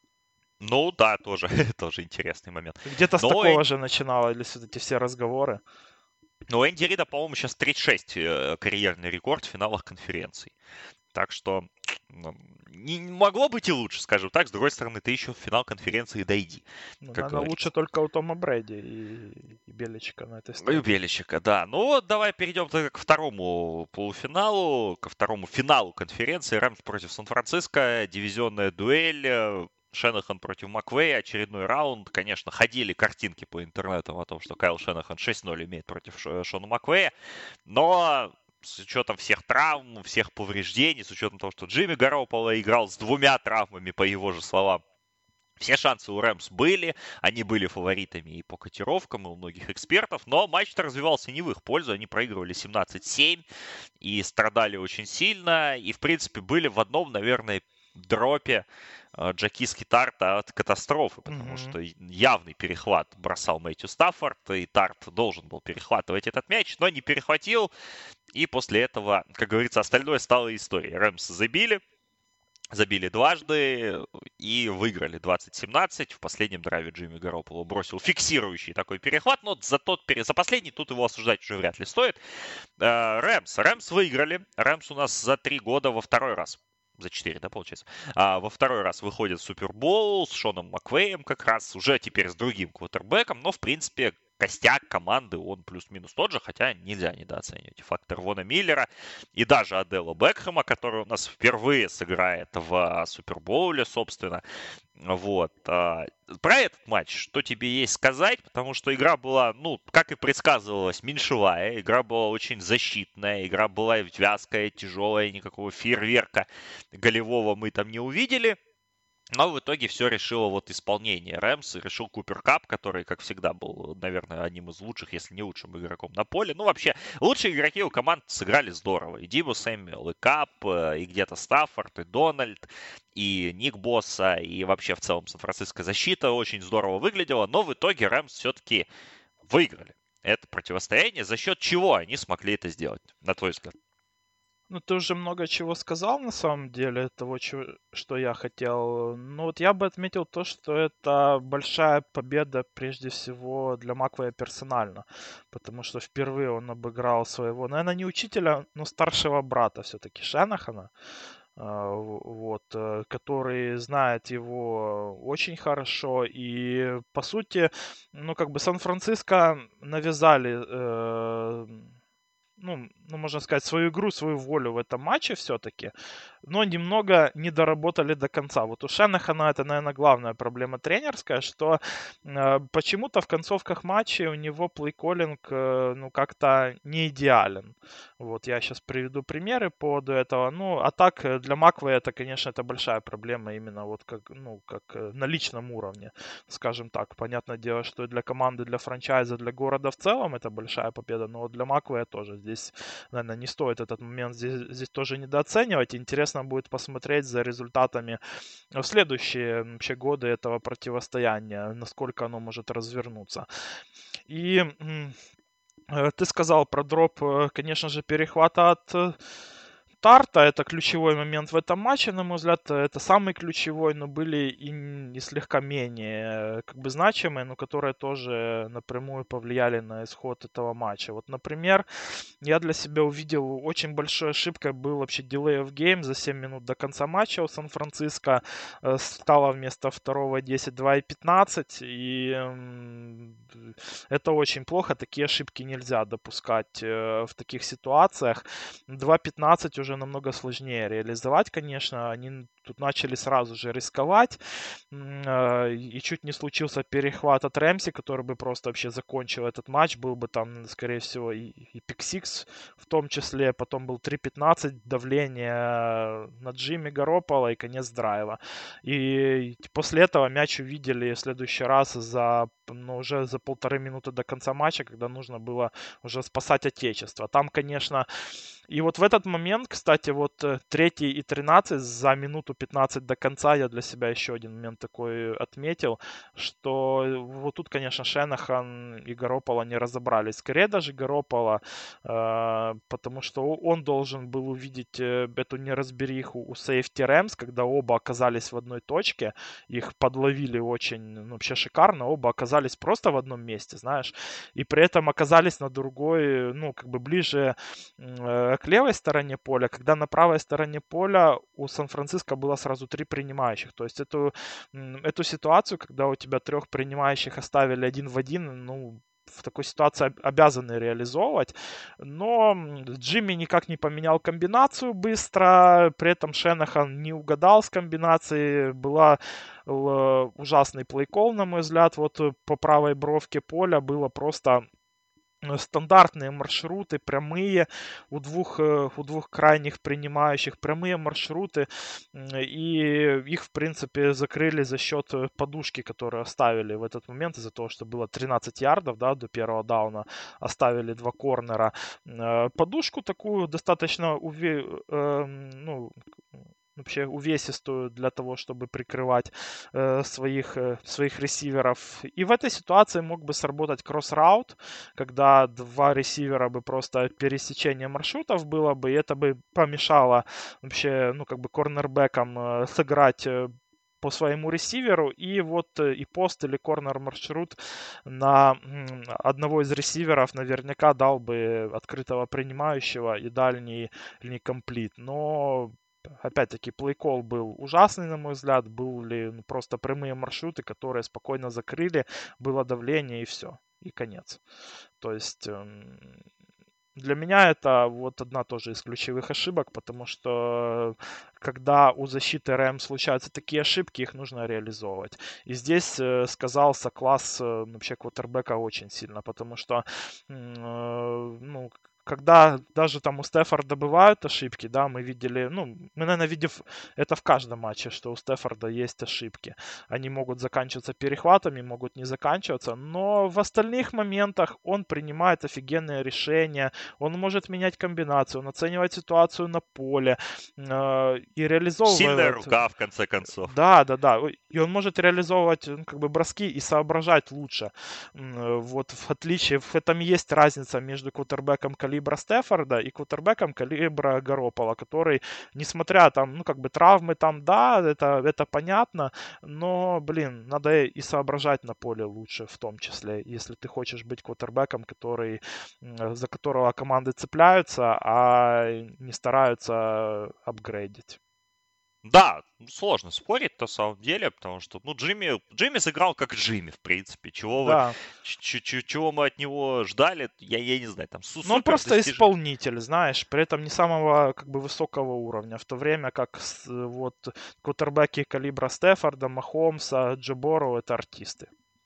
Ну да, тоже, тоже интересный момент. Где-то с Но такого же начиналось вот эти все разговоры. Но у Энди Рида, по-моему, сейчас тридцать шесть э, карьерный рекорд в финалах конференций. Так что ну, не, не могло быть и лучше, скажем так. С другой стороны, ты еще в финал конференции дойди, Ну, как наверное, лучше говорится. только у Тома Брэди и, и Беличика на этой Ну и у стадии. Белищика, да. Ну вот давай перейдем тогда ко второму полуфиналу, ко второму финалу конференции. Рэмс против Сан-Франциско, дивизионная дуэль. э, Шенахан против Маквея, очередной раунд. Конечно, ходили картинки по интернету о том, что Кайл Шенахан шесть ноль имеет против Ш- Шона Маквея. Но с учетом всех травм, всех повреждений, с учетом того, что Джимми Гарополо играл с двумя травмами, по его же словам, все шансы у Рэмс были, они были фаворитами и по котировкам, и у многих экспертов, но матч-то развивался не в их пользу, они проигрывали семнадцать семь и страдали очень сильно, и, в принципе, были в одном, наверное, дропе э, Джакиски Тарта от катастрофы, потому Мгм. что явный перехват бросал Мэтью Стаффорд, и Тарт должен был перехватывать этот мяч, но не перехватил, и после этого, как говорится, остальное стало историей. Рэмс забили, забили дважды и выиграли двадцать семнадцать. В последнем драйве Джимми Гарополо бросил фиксирующий такой перехват, но за, тот, за последний тут его осуждать уже вряд ли стоит. Э, Рэмс. Рэмс выиграли. Рэмс у нас за три года во второй раз. За четыре, да, получается? А, во второй раз выходит в Супербоул с Шоном Маквеем как раз, уже теперь с другим квотербеком, но, в принципе, костяк команды, он плюс-минус тот же, хотя нельзя недооценивать фактор Вона Миллера и даже Адела Бекхэма, который у нас впервые сыграет в Супербоуле, собственно. Вот. а, Про этот матч что тебе есть сказать? Потому что игра была, ну, как и предсказывалось, меньшевая. Игра была очень защитная. Игра была вязкая, тяжелая. Никакого фейерверка голевого мы там не увидели. Но в итоге все решило вот исполнение Рэмс, решил Купер Кап, который, как всегда, был, наверное, одним из лучших, если не лучшим игроком на поле. Ну, вообще, лучшие игроки у команд сыграли здорово. И Дибо Сэмюэл, и Кап, и где-то Стаффорд, и Дональд, и Ник Босса, и вообще в целом Сан-Франциско защита очень здорово выглядела. Но в итоге Рэмс все-таки выиграли это противостояние. За счет чего они смогли это сделать, на твой взгляд? Ну, ты уже много чего сказал, на самом деле, того, чего, что я хотел. Ну, вот я бы отметил то, что это большая победа, прежде всего, для Маквея персонально. Потому что впервые он обыграл своего, наверное, не учителя, но старшего брата все-таки Шенахана, а, в- вот, э, который знает его очень хорошо. И, по сути, ну, как бы Сан-Франциско навязали э, ну, ну, можно сказать, свою игру, свою волю в этом матче все-таки, но немного не доработали до конца. Вот у Шенахана это, наверное, главная проблема тренерская, что э, почему-то в концовках матчей у него плей-коллинг, э, ну, как-то не идеален. Вот, я сейчас приведу примеры по поводу этого. Ну, а так, э, для Маквея это, конечно, это большая проблема именно вот как, ну, как э, на личном уровне, скажем так. Понятное дело, что и для команды, для франчайза, для города в целом это большая победа, но вот для Маквея тоже здесь, наверное, не стоит этот момент здесь, здесь тоже недооценивать. Интересно, интересно будет посмотреть за результатами в следующие вообще годы этого противостояния, насколько оно может развернуться. И ты сказал про дроп, конечно же, перехвата от Тарта. Это ключевой момент в этом матче, на мой взгляд. Это самый ключевой, но были и, и слегка менее как бы значимые, но которые тоже напрямую повлияли на исход этого матча. Вот, например, я для себя увидел очень большой ошибкой был вообще delay of game за семь минут до конца матча у Сан-Франциско. Стало вместо второго десять два и пятнадцать. И это очень плохо. Такие ошибки нельзя допускать в таких ситуациях. два пятнадцать уже намного сложнее реализовать, конечно. Они тут начали сразу же рисковать. И чуть не случился перехват от Рэмси, который бы просто вообще закончил этот матч. Был бы там, скорее всего, и, и пик-сикс в том числе. Потом был три пятнадцать, давление на Джимми Гарополо и конец драйва. И после этого мяч увидели в следующий раз за, ну, уже за полторы минуты до конца матча, когда нужно было уже спасать отечество. Там, конечно... И вот в этот момент, кстати, вот третий и тринадцать за минуту пятнадцать до конца я для себя еще один момент такой отметил, что вот тут, конечно, Шенахан и Гарополо не разобрались. Скорее даже Гарополо, э, потому что он должен был увидеть эту неразбериху у Safety Rams, когда оба оказались в одной точке, их подловили очень, ну, вообще шикарно, оба оказались просто в одном месте, знаешь, и при этом оказались на другой, ну, как бы ближе э, к левой стороне поля, когда на правой стороне поля у Сан-Франциско было сразу три принимающих. То есть эту, эту ситуацию, когда у тебя трех принимающих оставили один в один, ну, в такой ситуации обязаны реализовывать. Но Джимми никак не поменял комбинацию быстро, при этом Шенахан не угадал с комбинацией. Была ужасный плей-колл, на мой взгляд, вот по правой бровке поля было просто... стандартные маршруты, прямые у двух, у двух крайних принимающих, прямые маршруты, и их, в принципе, закрыли за счет подушки, которую оставили в этот момент, из-за того, что было тринадцать ярдов, да, до первого дауна, оставили два корнера. Подушку такую достаточно уве... ну, вообще увесистую для того, чтобы прикрывать э, своих, э, своих ресиверов. И в этой ситуации мог бы сработать кросс-раут, когда два ресивера бы просто пересечение маршрутов было бы, и это бы помешало вообще, ну, как бы корнербэкам э, сыграть э, по своему ресиверу, и вот и пост или корнер маршрут на одного из ресиверов наверняка дал бы открытого принимающего и дальний не комплит. Но опять-таки, плей-колл был ужасный, на мой взгляд. Были ну, просто прямые маршруты, которые спокойно закрыли. Было давление и все. И конец. То есть... Эм... Для меня это вот одна тоже из ключевых ошибок, потому что когда у защиты РМ случаются такие ошибки, их нужно реализовывать. И здесь э, сказался класс э, вообще квотербека очень сильно, потому что э, ну, когда даже там у Стефорда бывают ошибки, да, мы видели, ну, мы, наверное, видим это в каждом матче, что у Стефорда есть ошибки. Они могут заканчиваться перехватами, могут не заканчиваться, но в остальных моментах он принимает офигенные решения, он может менять комбинацию, он оценивает ситуацию на поле э, и реализовывает... Сильная рука, в конце концов. Да, да, да. И он может реализовывать ну, как бы броски и соображать лучше. Вот в отличие, в этом есть разница между квотербеком калибра Стефорда и квотербеком калибра Гарополо, который, несмотря там, ну, как бы травмы там, да, это, это понятно, но, блин, надо и соображать на поле лучше в том числе, если ты хочешь быть квотербеком, который, за которого команды цепляются, а не стараются апгрейдить. Да, сложно спорить на самом деле, потому что, ну, Джимми, Джимми сыграл как Джимми, в принципе. Чего, да. вы, ч- ч- чего мы от него ждали, я, я не знаю. Там, Ну, он просто достижение. исполнитель, знаешь, при этом не самого как бы высокого уровня, в то время как вот квотербеки калибра Стефорда, Махомса, Джо это артисты.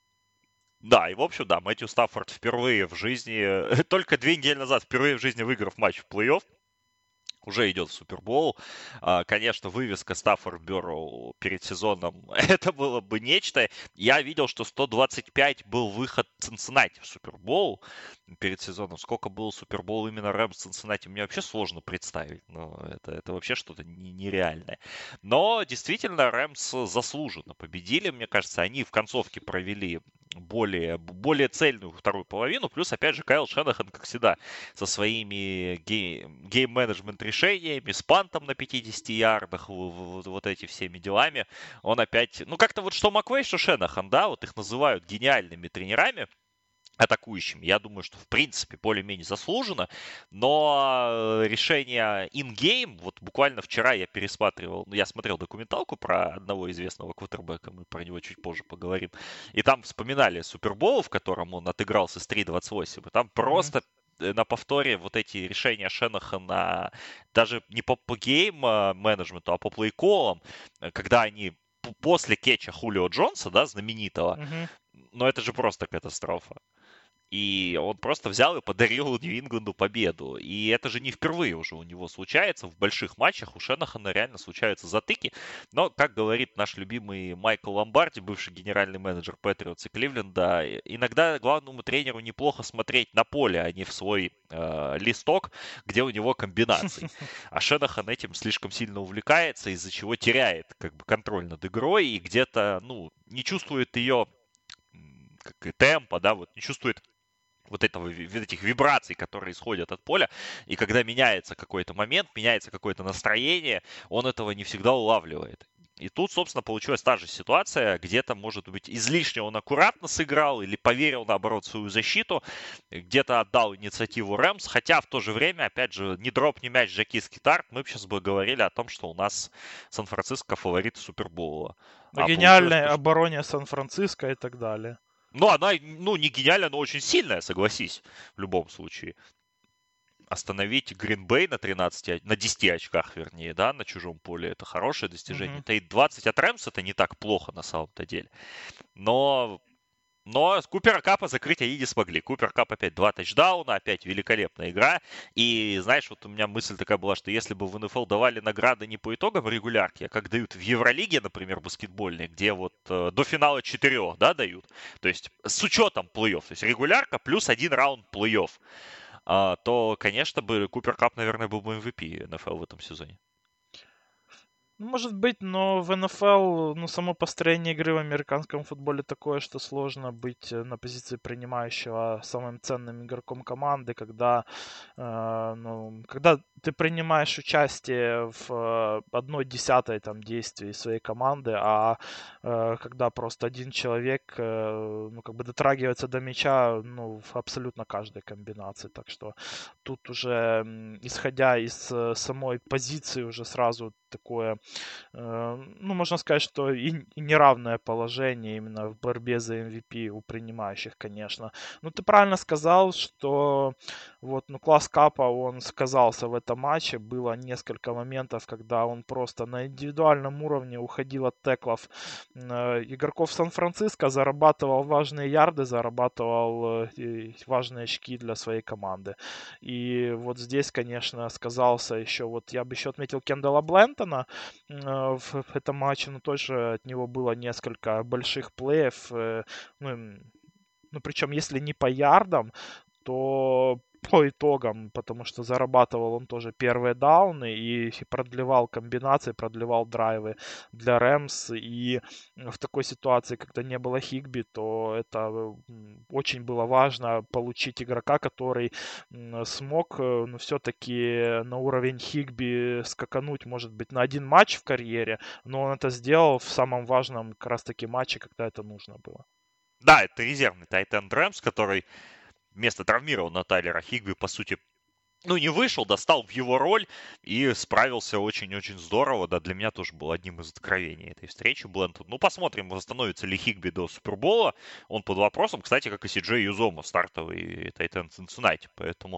Да, и в общем, да, Мэтью Стаффорд впервые в жизни, только две недели назад, впервые в жизни выиграв матч в плей-офф, уже идет в Супербоул. А, Конечно, вывеска Стаффорд Бёрроу перед сезоном, это было бы нечто. Я видел, что сто двадцать пять был выход Цинциннати в Супербоул перед сезоном. Сколько был Супербоул именно Рэмс Цинциннати, мне вообще сложно представить. Но это, это вообще что-то не- нереальное. Но действительно, Рэмс заслуженно победили. Мне кажется, они в концовке провели более, более цельную вторую половину. Плюс, опять же, Кайл Шенахан, как всегда, со своими гей- гейм-менеджмент решениями, с пантом на пятидесяти ярдах, в- в- вот эти всеми делами. Он опять, ну как-то вот что Маквей, что Шенахан, да, вот их называют гениальными тренерами, атакующими. Я думаю, что в принципе более-менее заслуженно, но э, решение in-game, вот буквально вчера я пересматривал, ну, я смотрел документалку про одного известного квотербека, мы про него чуть позже поговорим, и там вспоминали Супербоул, в котором он отыгрался с три двадцать восемь, и там Мгм. просто э, на повторе вот эти решения Шенахана, даже не по, по гейм-менеджменту, а по плей-коллам, э, когда они п- после кетча Хулио Джонса, да, знаменитого, Мгм. но это же просто катастрофа. И он просто взял и подарил Нью-Ингланду победу. И это же не впервые уже у него случается. В больших матчах у Шенахана реально случаются затыки. Но, как говорит наш любимый Майкл Ломбарди, бывший генеральный менеджер Патриотс и Кливленда, иногда главному тренеру неплохо смотреть на поле, а не в свой э, листок, где у него комбинации. А Шенахан этим слишком сильно увлекается, из-за чего теряет как бы контроль над игрой и где-то, ну, не чувствует ее как и темпа, да, вот не чувствует вот этого, ви- вот этих вибраций, которые исходят от поля, и когда меняется какой-то момент, меняется какое-то настроение, он этого не всегда улавливает. И тут, собственно, получилась та же ситуация, где-то, может быть, излишне он аккуратно сыграл или поверил, наоборот, в свою защиту, где-то отдал инициативу Рэмс, хотя в то же время, опять же, не дроп, не мяч Джакиски Тарт, мы бы сейчас бы говорили о том, что у нас Сан-Франциско фаворит Супербола. О А получилось гениальной то, что обороне Сан-Франциско и так далее. ну, она, ну, не гениальная, но очень сильная, согласись, в любом случае. Остановить Гринбей на тринадцати, оч- на десяти очках, вернее, да, на чужом поле, это хорошее достижение. Мгм. Тейт двадцать от Рэмс это не так плохо на самом-то деле. Но, но с Купера Капа закрыть они не смогли. Купер Кап опять два тачдауна, опять великолепная игра. И знаешь, вот у меня мысль такая была, что если бы в эн эф эл давали награды не по итогам регулярки, а как дают в Евролиге, например, баскетбольной, где вот э, до финала четырех, да, дают. То есть с учетом плей-офф. То есть регулярка плюс один раунд плей-офф, а, то, конечно, бы Купер Кап, наверное, был бы эм ви пи эн эф эл в этом сезоне. Ну, может быть, но в эн эф эл, ну, само построение игры в американском футболе такое, что сложно быть э, на позиции принимающего самым ценным игроком команды, когда, э, ну, когда ты принимаешь участие в э, одной десятой там действий своей команды, а э, когда просто один человек, э, ну, как бы дотрагивается до мяча, ну, в абсолютно каждой комбинации. Так что тут уже, м, исходя из э, самой позиции, уже сразу такое, Э, ну, можно сказать, что и, и неравное положение именно в борьбе за эм ви пи у принимающих, конечно. Но ты правильно сказал, что вот, ну, класс Капа, он сказался в этом матче. Было несколько моментов, когда он просто на индивидуальном уровне уходил от теклов э, игроков Сан-Франциско, зарабатывал важные ярды, зарабатывал э, и важные очки для своей команды. И вот здесь, конечно, сказался еще, вот я бы еще отметил Кендала Блентона, э, в, в этом матче, но тоже от него было несколько больших плеев. э, Ну, м, ну, причем, если не по ярдам, то по итогам, потому что зарабатывал он тоже первые дауны и продлевал комбинации, продлевал драйвы для Рэмс. И в такой ситуации, когда не было Хигби, то это м, очень было важно получить игрока, который м, смог, э, ну, все-таки на уровень Хигби скакануть, может быть, на один матч в карьере, но он это сделал в самом важном как раз-таки матче, когда это нужно было. Да, это резервный Тайтен Рэмс, который вместо травмированного Тайлера Хигби, по сути, ну, не вышел, достал в его роль и справился очень-очень здорово. Да, для меня тоже был одним из откровений этой встречи Блентон. Ну, посмотрим, восстановится ли Хигби до Супербола. Он под вопросом, кстати, как и Си Джей Юзома, стартовый Тайтен Цинциннати. Поэтому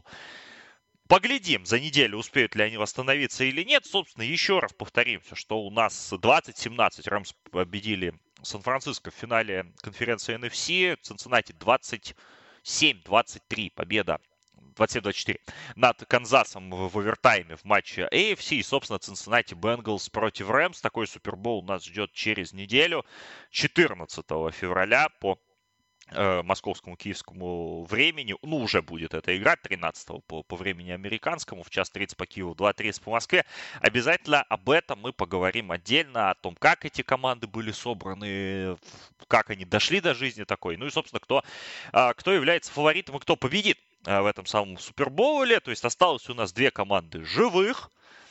поглядим за неделю, успеют ли они восстановиться или нет. Собственно, еще раз повторимся, что у нас двадцать семнадцать Рэмс победили Сан-Франциско в финале конференции эн эф си. Цинциннати двадцать семь двадцать три победа двадцать семь двадцать четыре, над Канзасом в овертайме в матче эй эф си. И, собственно, Cincinnati Bengals против Рэмс. Такой Супербол нас ждет через неделю, четырнадцатого февраля по э, московскому, киевскому времени. Ну, уже будет эта игра тринадцатого по, по времени американскому, в час тридцать по Киеву, два тридцать по Москве. Обязательно об этом мы поговорим отдельно, о том, как эти команды были собраны, как они дошли до жизни такой. Ну и, собственно, кто, э, кто является фаворитом и кто победит в этом самом Супербоуле. То есть осталось у нас две команды живых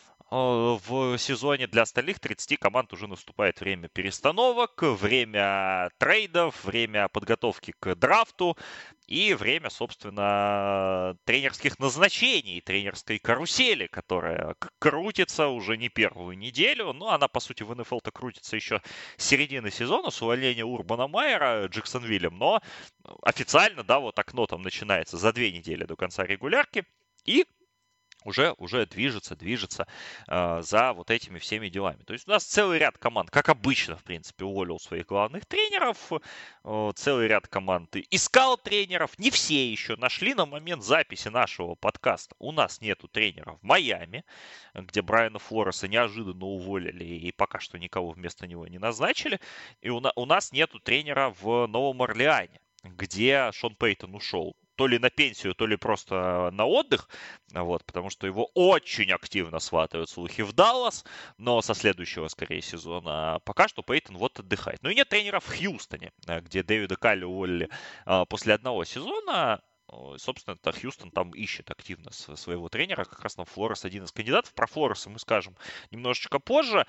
в сезоне. Для остальных тридцати команд уже наступает время перестановок, время трейдов, время подготовки к драфту и время, собственно, тренерских назначений, тренерской карусели, которая крутится уже не первую неделю. Ну, она, по сути, в эн эф эл-то крутится еще с середины сезона, с увольнения Урбана Майера Джексонвиллем. Но официально, да, вот окно там начинается за две недели до конца регулярки. И уже, уже движется, движется э, за вот этими всеми делами. То есть у нас целый ряд команд, как обычно, в принципе, уволил своих главных тренеров. Э, целый ряд команд искал тренеров. Не все еще нашли на момент записи нашего подкаста. У нас нету тренера в Майами, где Брайана Флореса неожиданно уволили и пока что никого вместо него не назначили. И у, на, у нас нету тренера в Новом Орлеане, где Шон Пейтон ушел. То ли на пенсию, то ли просто на отдых, вот, потому что его очень активно сватают слухи в Даллас, но со следующего, скорее, сезона пока что Пейтон вот отдыхает. Ну и нет тренера в Хьюстоне, где Дэвида Калли уволили а, после одного сезона. Собственно, это Хьюстон там ищет активно своего тренера. Как раз там Флорес один из кандидатов. Про Флореса мы скажем немножечко позже.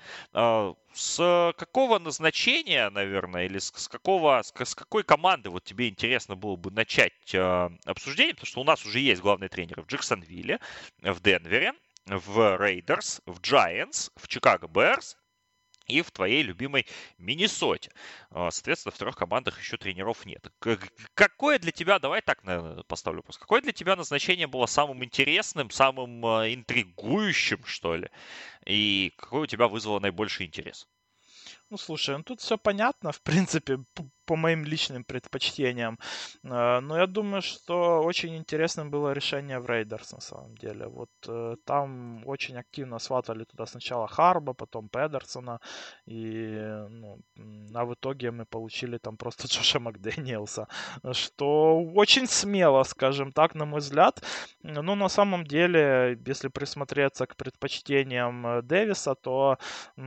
С какого назначения, наверное, или с, с, какого, с, с какой команды вот тебе интересно было бы начать обсуждение? Потому что у нас уже есть главный тренер в Джексонвилле, в Денвере, в Рейдерс, в Giants, в Чикаго Берс и в твоей любимой Миннесоте. Соответственно, в трех командах еще тренеров нет. Какое для тебя, давай так, наверное, поставлю вопрос. Какое для тебя назначение было самым интересным, самым интригующим, что ли? И какое у тебя вызвало наибольший интерес? Ну, слушай, ну тут все понятно, в принципе, по моим личным предпочтениям. Но я думаю, что очень интересным было решение в Рейдерс, на самом деле. Вот там очень активно сватали туда сначала Харба, потом Педерсона. И, ну, а в итоге мы получили там просто Джоша Макдэниелса. Что очень смело, скажем так, на мой взгляд. Но на самом деле, если присмотреться к предпочтениям Дэвиса, то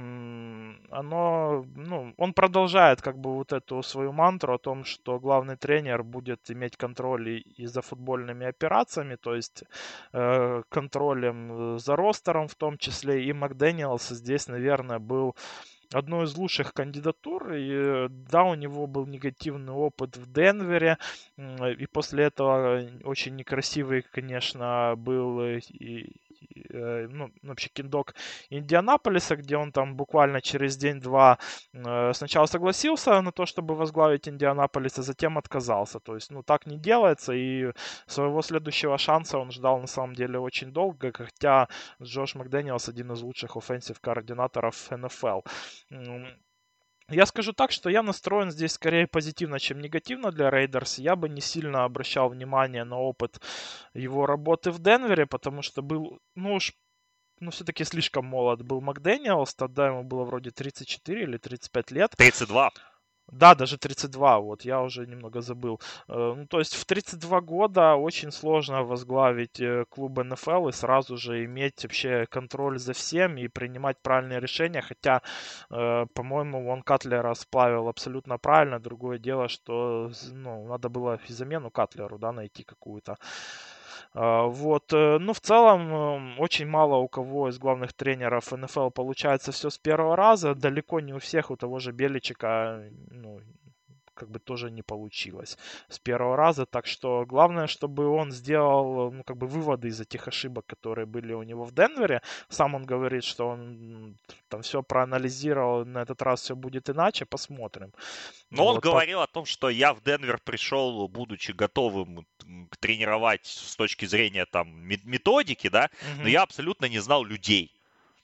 оно, ну, он продолжает как бы вот эту свою мантру о том, что главный тренер будет иметь контроль и за футбольными операциями, то есть э, контролем за ростером в том числе. И Макдэниелс здесь, наверное, был одной из лучших кандидатур. И, да, у него был негативный опыт в Денвере. И после этого очень некрасивый, конечно, был и, ну, вообще киндок Индианаполиса, где он там буквально через день-два сначала согласился на то, чтобы возглавить Индианаполис, а затем отказался. То есть, ну, так не делается, и своего следующего шанса он ждал на самом деле очень долго, хотя Джош Макдэниелс один из лучших оффенсив координаторов эн эф эл. Я скажу так, что я настроен здесь скорее позитивно, чем негативно для Рейдерс. Я бы не сильно обращал внимание на опыт его работы в Денвере, потому что был, ну уж, ну все-таки слишком молод был Макдэниелс, тогда ему было вроде тридцать четыре или тридцать пять лет. тридцать два. Да, даже тридцать два, вот, я уже немного забыл. Ну, то есть в тридцать два года очень сложно возглавить клуб эн эф эл и сразу же иметь вообще контроль за всем и принимать правильные решения, хотя, по-моему, он Катлера сплавил абсолютно правильно. Другое дело, что, ну, надо было и замену Катлеру, да, найти какую-то. Вот, ну, в целом, очень мало у кого из главных тренеров эн эф эл получается все с первого раза. Далеко не у всех, у того же Беличика, ну, как бы тоже не получилось с первого раза. Так что главное, чтобы он сделал, ну, как бы выводы из этих ошибок, которые были у него в Денвере. Сам он говорит, что он там все проанализировал, на этот раз все будет иначе, посмотрим. Но вот, он говорил по... о том, что я в Денвер пришел, будучи готовым тренировать с точки зрения там методики, да, угу. но я абсолютно не знал людей.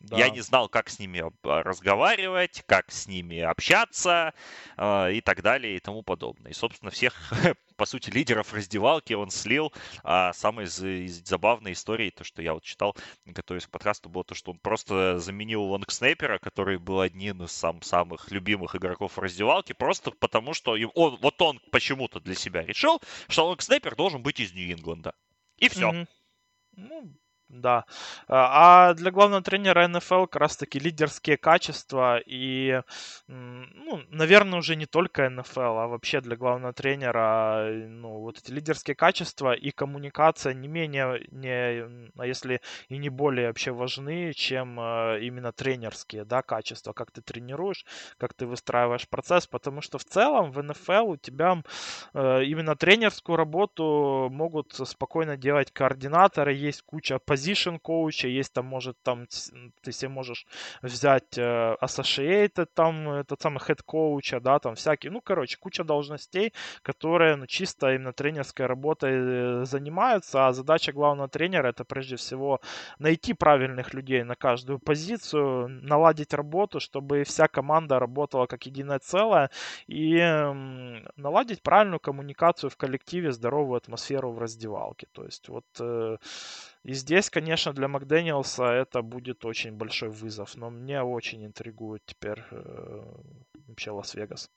Я Да. не знал, как с ними разговаривать, как с ними общаться э, и так далее и тому подобное. И, собственно, всех, по сути, лидеров раздевалки он слил. А самой из, из забавной истории, то, что я вот читал, готовясь к подкасту, было то, что он просто заменил лонгснайпера, который был одним из сам, самых любимых игроков в раздевалке, просто потому что он, вот он почему-то для себя решил, что лонгснайпер должен быть из Нью-Ингланда. И все. Мгм. Ну, да. А а для главного тренера эн эф эл как раз-таки лидерские качества и, м, ну, наверное, уже не только эн эф эл, а вообще для главного тренера, э, ну, вот эти лидерские качества и коммуникация не менее, не, м, а если и не более вообще важны, чем э, именно тренерские, да, качества, как ты тренируешь, как ты выстраиваешь процесс, потому что в целом в эн эф эл у тебя э, именно тренерскую работу могут спокойно делать координаторы, есть куча position коуча, есть там, может, там ц- ты себе можешь взять э, associated, там, этот самый head коуча, да, там всякие, ну, короче, куча должностей, которые, ну, чисто именно тренерской работой э, занимаются, а задача главного тренера это прежде всего найти правильных людей на каждую позицию, наладить работу, чтобы вся команда работала как единое целое, и м, наладить правильную коммуникацию в коллективе, здоровую атмосферу в раздевалке. То есть вот э, и здесь, конечно, для Макдэниелса это будет очень большой вызов, но мне очень интригует теперь э, вообще Лас-Вегас.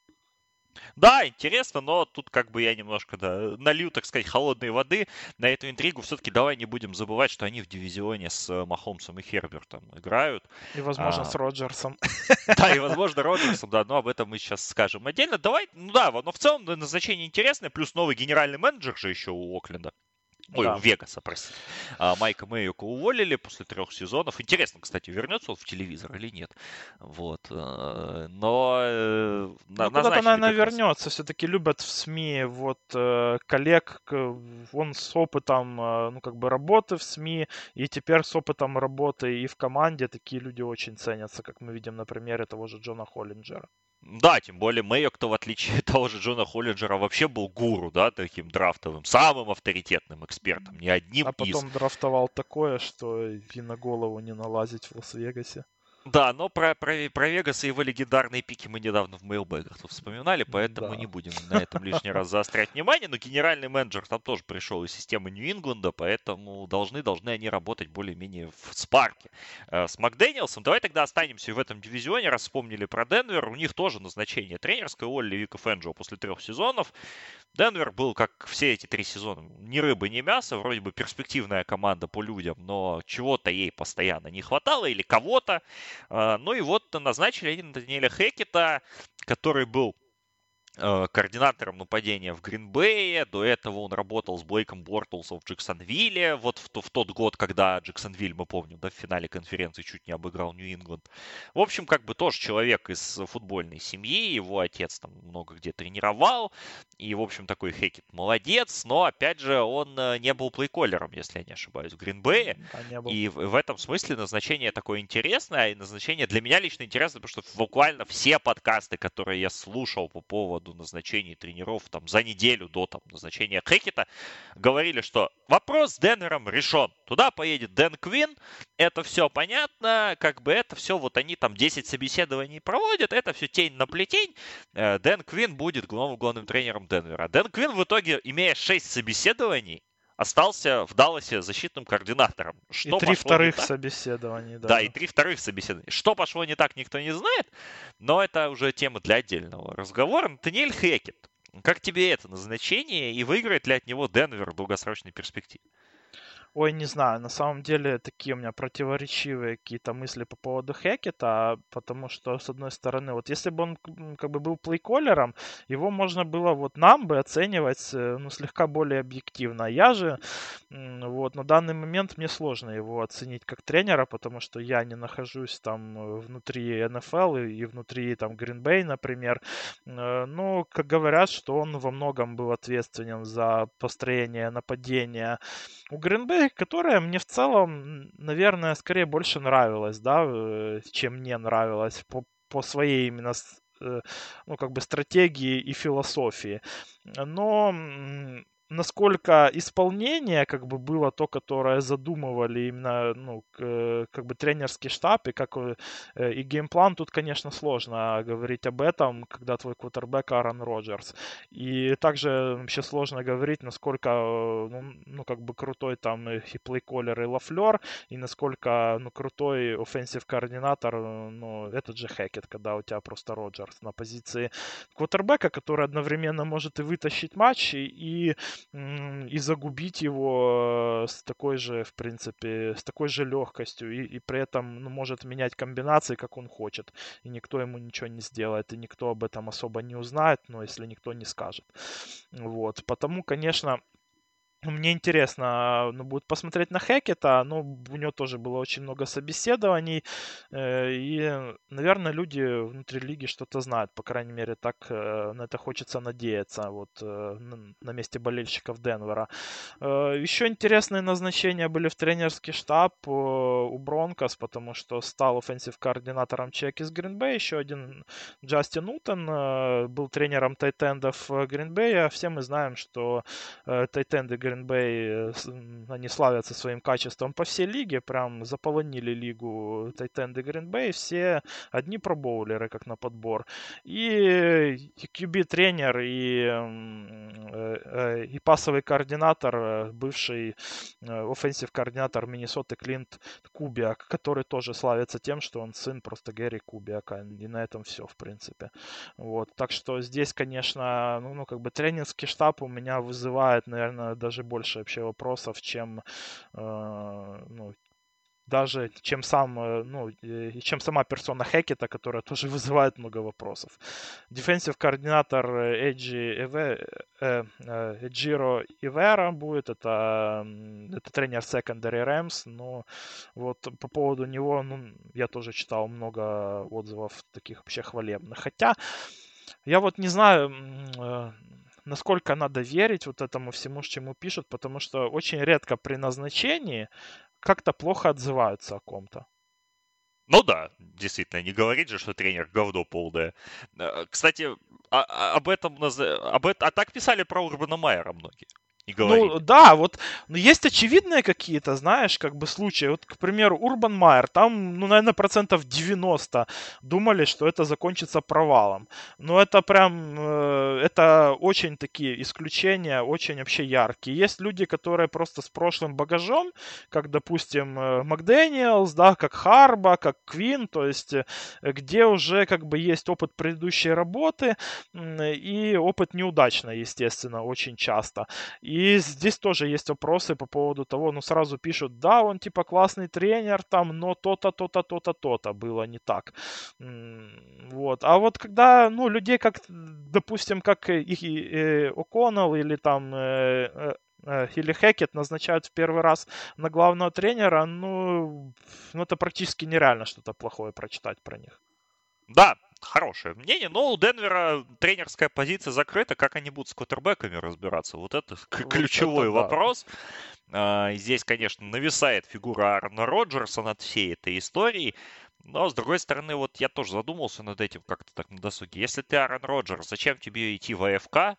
Да, интересно, но тут как бы я немножко, да, налью, так сказать, холодной воды на эту интригу. Все-таки давай не будем забывать, что они в дивизионе с э, Махомсом и Хербертом играют. И, возможно, с А, Роджерсом. да, и, возможно, Роджерсом, да, но об этом мы сейчас скажем отдельно. Давай, ну да, но в целом назначение интересное, плюс новый генеральный менеджер же еще у Окленда. Ой, у Да. Вегаса, простите. А, Майка Мэйока уволили после трех сезонов. Интересно, кстати, вернется он в телевизор или нет. Вот. э, Но э, на- Ну, куда-то, назначили наверное, как раз. вернется. Все-таки любят в СМИ вот э, коллег, к- он с опытом, э, ну, как бы работы в СМИ, и теперь с опытом работы и в команде такие люди очень ценятся, как мы видим на примере того же Джона Холлинджера. Да, тем более Мэйок, кто в отличие от того же Джона Холлинджера вообще был гуру, да, таким драфтовым, самым авторитетным экспертом, не одним А из. потом драфтовал такое, что и на голову не налазить в Лас-Вегасе. Да, но про, про, про Вегас и его легендарные пики мы недавно в мейлбэгах тут вспоминали, поэтому не Да. будем на этом лишний раз заострять внимание. Но генеральный менеджер там тоже пришел из системы Нью-Ингланда, поэтому должны, должны они работать более-менее в спарке. Э, с Макдэниелсом давай тогда останемся в этом дивизионе, раз вспомнили про Денвер. У них тоже назначение тренерское, Олли Вика Фэнджо после трех сезонов. Денвер был, как все эти три сезона, ни рыбы, ни мяса. Вроде бы перспективная команда по людям, но чего-то ей постоянно не хватало или кого-то. А, Ну и вот назначили они Даниэля Хекета, который был э, координатором нападения в Гринбее. До этого он работал с Блейком Бортлсом в Джексонвилле. Вот в, то- в тот год, когда Джексонвиль, мы помним, да, в финале конференции чуть не обыграл Нью-Ингланд. В общем, как бы тоже человек из футбольной семьи. Его отец там много где тренировал. И, в общем, такой Хекет молодец. Но, опять же, он э, не был плейколлером, если я не ошибаюсь, в Гринбее. Да, не был. И в, в этом смысле назначение такое интересное. И назначение для меня лично интересно, потому что буквально все подкасты, которые я слушал по поводу назначений тренеров там, за неделю до там, назначения Хекета, говорили, что вопрос с Денвером решен. Туда поедет Дэн Квин, это все понятно, как бы это все, вот они там десять собеседований проводят, это все тень на плетень. Э, Дэн Квин будет главным, главным тренером Денвера. Дэн Квин в итоге, имея шесть собеседований, остался в Далласе защитным координатором. И Что три пошло не вторых так? собеседований Да, и даже. три вторых собеседования. Что пошло не так, никто не знает, но это уже тема для отдельного разговора. Натаниэль Хекет. Как тебе это назначение и выиграет ли от него Денвер в долгосрочной перспективе? Ой, не знаю, на самом деле такие у меня противоречивые какие-то мысли по поводу Хекета, потому что, с одной стороны, вот если бы он к- м, как бы был плейколлером, его можно было вот нам бы оценивать, э, ну, слегка более объективно. Я же, м, вот, на данный момент мне сложно его оценить как тренера, потому что я не нахожусь там э, внутри эн эф эл и, и внутри там Green Bay, например. Э, Но, как говорят, что он во многом был ответственен за построение нападения у Green Bay, которая мне в целом, наверное, скорее больше нравилась, да, э, чем мне нравилась по, по своей именно с- э, ну, как бы стратегии и философии. Но м, насколько исполнение как бы было то, которое задумывали именно, ну, как бы тренерский штаб и как и геймплан, тут, конечно, сложно говорить об этом, когда твой квотербек Аарон Роджерс. И также вообще сложно говорить, насколько, ну, ну как бы крутой там и плейколлер, и Лафлер, и насколько, ну, крутой офенсив координатор, ну, этот же Хекет, когда у тебя просто Роджерс на позиции квотербека, который одновременно может и вытащить матч, и, и и загубить его с такой же, в принципе, с такой же легкостью, и, и при этом ну, может менять комбинации, как он хочет, и никто ему ничего не сделает, и никто об этом особо не узнает, но если никто не скажет. Вот, потому, конечно, мне интересно, ну, будет посмотреть на Хекета, но у него тоже было очень много собеседований, э, и, наверное, люди внутри лиги что-то знают, по крайней мере, так э, на это хочется надеяться, вот, э, на, на месте болельщиков Денвера. Э, еще интересные назначения были в тренерский штаб э, у Бронкос, потому что стал офенсив-координатором человек из Гринбей, еще один Джастин Утон э, был тренером тайтендов Гринбея. Все мы знаем, что э, тайтенды Green Bay, они славятся своим качеством по всей лиге, прям заполонили лигу тайтенды Green Bay, все одни пробоулеры, как на подбор. И кью би-тренер, и, и пасовый координатор, бывший офенсив координатор Миннесоты Клинт Кубиак, который тоже славится тем, что он сын просто Гэри Кубиака, и на этом все, в принципе. Вот, так что здесь, конечно, ну, ну как бы тренерский штаб у меня вызывает, наверное, даже больше вообще вопросов, чем, э, ну, даже чем сам, ну, и чем сама персона Хекета, которая тоже вызывает много вопросов. Дефенсив координатор Эджи Эве, э, э, Эджиро Ивера будет, это, это тренер Secondary Rams, но вот по поводу него, ну, я тоже читал много отзывов таких вообще хвалебных. Хотя я вот не знаю, э, насколько надо верить вот этому всему, чему пишут, потому что очень редко при назначении как-то плохо отзываются о ком-то. Ну да, действительно, не говорить же, что тренер говно полное. Кстати, а, а, об этом, об этом, а так писали про Урбана Майера многие. И ну да, вот ну, есть очевидные какие-то, знаешь, как бы случаи. Вот, к примеру, Урбан Майер, там, ну, наверное, процентов девяносто думали, что это закончится провалом. Но это прям, э, это очень такие исключения, очень вообще яркие. Есть люди, которые просто с прошлым багажом, как, допустим, Макдэниелс, да, как Харба, как Квин, то есть где уже как бы есть опыт предыдущей работы и опыт неудачный, естественно, очень часто. И И здесь тоже есть вопросы по поводу того, ну, сразу пишут, да, он типа классный тренер там, но то-то, то-то, то-то, то-то было не так. Вот. А вот когда, ну, людей как, допустим, как и, и, и О'Коннелл или там э, э, или Хекет назначают в первый раз на главного тренера, ну, ну, это практически нереально что-то плохое прочитать про них. Да, хорошее мнение, но у Денвера тренерская позиция закрыта. Как они будут с квотербеками разбираться? Вот это вот ключевой это вопрос. Да. Здесь, конечно, нависает фигура Аарона Роджерса над всей этой историей. Но, с другой стороны, вот я тоже задумался над этим как-то так на досуге. Если ты Аарон Роджерс, зачем тебе идти в АФК?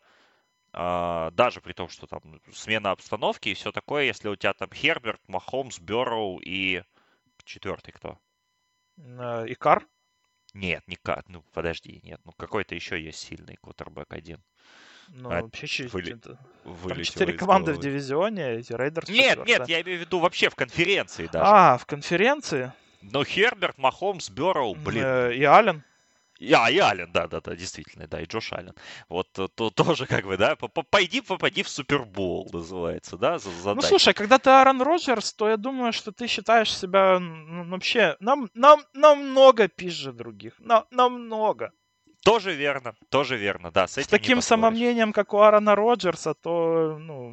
Даже при том, что там смена обстановки и все такое, если у тебя там Херберт, Махомс, Бёрроу и четвертый кто? Икар? Нет, не Кат. Ну, подожди, нет. Ну, какой-то еще есть сильный квотербек один. Ну, а вообще чуть выли... Там четыре команды в дивизионе, эти Рейдерс. Нет, четвертая. Нет, я имею в виду вообще в конференции даже. А, в конференции? Но Херберт, Махомс, Бёрроу, блин. И Аллен. А, и Аллен, да-да-да, действительно, да, и Джош Аллен. Вот то, тоже как бы, да, пойди, попади в Супербол, называется, да, задача. Ну, слушай, когда ты Аарон Роджерс, то я думаю, что ты считаешь себя ну, вообще нам, нам, намного пизже других, на, намного. Тоже верно, тоже верно, да. С, с таким самомнением, как у Аарона Роджерса, то, ну...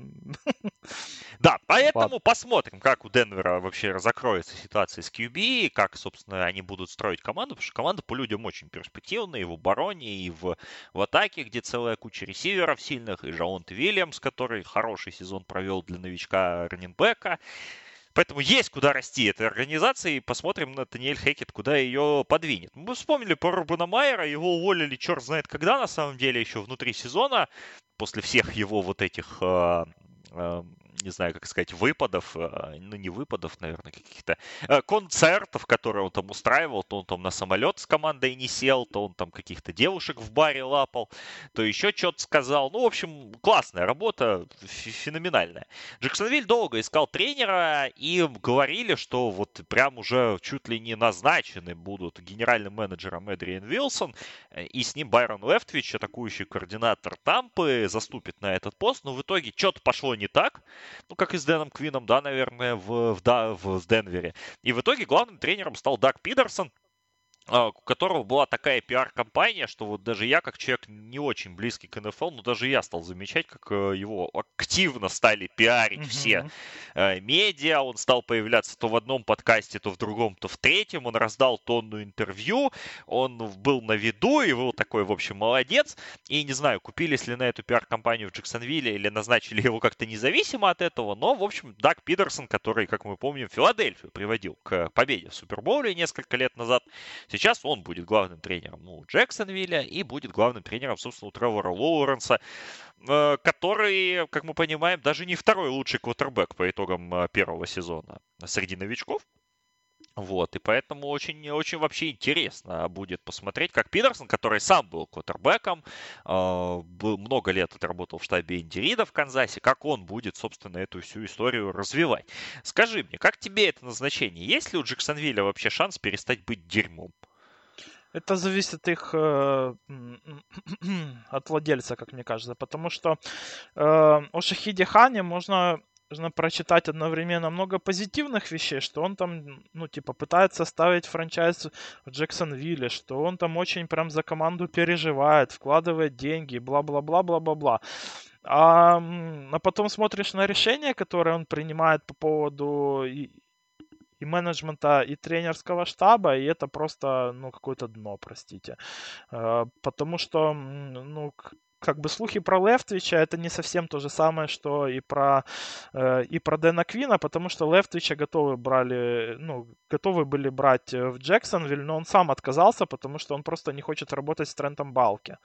Да, поэтому Ладно. Посмотрим, как у Денвера вообще закроется ситуация с кью би, как, собственно, они будут строить команду, потому что команда по людям очень перспективная и в обороне, и в, в атаке, где целая куча ресиверов сильных, и Жаонт Уильямс, который хороший сезон провел для новичка раннинбека. Поэтому есть куда расти этой организации, и посмотрим на Натаниэль Хекет, куда ее подвинет. Мы вспомнили про Урбана Майера, его уволили черт знает когда, на самом деле, еще внутри сезона. после всех его вот этих, э, э, не знаю, как сказать, выпадов, э, ну не выпадов, наверное, каких-то э, концертов, которые он там устраивал, то он там на самолет с командой не сел, то он там каких-то девушек в баре лапал, то еще что-то сказал. Ну, в общем, классная работа, ф- феноменальная. Джексонвиль долго искал тренера, и говорили, что вот прям уже чуть ли не назначены будут генеральным менеджером Эдриан Вилсон, э, и с ним Байрон Лефтвич, атакующий координатор Тампы, заступит на этот пост. Но в итоге что-то пошло не так, ну, как и с Дэном Квином, да, наверное, в, в, да, в Денвере. И в итоге главным тренером стал Даг Пидерсон, а, у которого была такая пиар-компания, что вот даже я, как человек не очень близкий к эн эф эл, но даже я стал замечать, как э, его активно стали пиарить все Мгм. э, медиа. Он стал появляться то в одном подкасте, то в другом, то в третьем. Он раздал тонну интервью, он был на виду и был такой, в общем, молодец. И не знаю, купились ли на эту пиар-компанию в Джексонвилле или назначили его как-то независимо от этого, но, в общем, Даг Пидерсон, который, как мы помним, Филадельфию приводил к победе в Супербоуле несколько лет назад, сейчас он будет главным тренером у Джексонвилля и будет главным тренером, собственно, у Тревора Лоуренса, э, который, как мы понимаем, даже не второй лучший квотербек по итогам э, первого сезона среди новичков. Вот, и поэтому очень, очень вообще интересно будет посмотреть, как Пидерсон, который сам был квотербеком, э, был много лет отработал в штабе Энди Рида в Канзасе, как он будет, собственно, эту всю историю развивать. Скажи мне, как тебе это назначение? Есть ли у Джексонвилля вообще шанс перестать быть дерьмом? Это зависит их э, м, от владельца, как мне кажется, потому что э, о Шахиде Хане можно, можно прочитать одновременно много позитивных вещей, что он там, ну, типа, пытается ставить франчайз в Джексонвилле, что он там очень прям за команду переживает, вкладывает деньги, бла-бла-бла-бла-бла-бла. А, м, а потом смотришь на решения, которые он принимает по поводу и, и менеджмента, и тренерского штаба, и это просто, ну, какое-то дно, простите. Э, Потому что, м, ну, к- как бы слухи про Лефтвича это не совсем то же самое, что и про, э, и про Дэна Квина, потому что Лефтвича готовы брали, ну, готовы были брать э, в Джексонвиль, но он сам отказался, потому что он просто не хочет работать с Трентом Балки.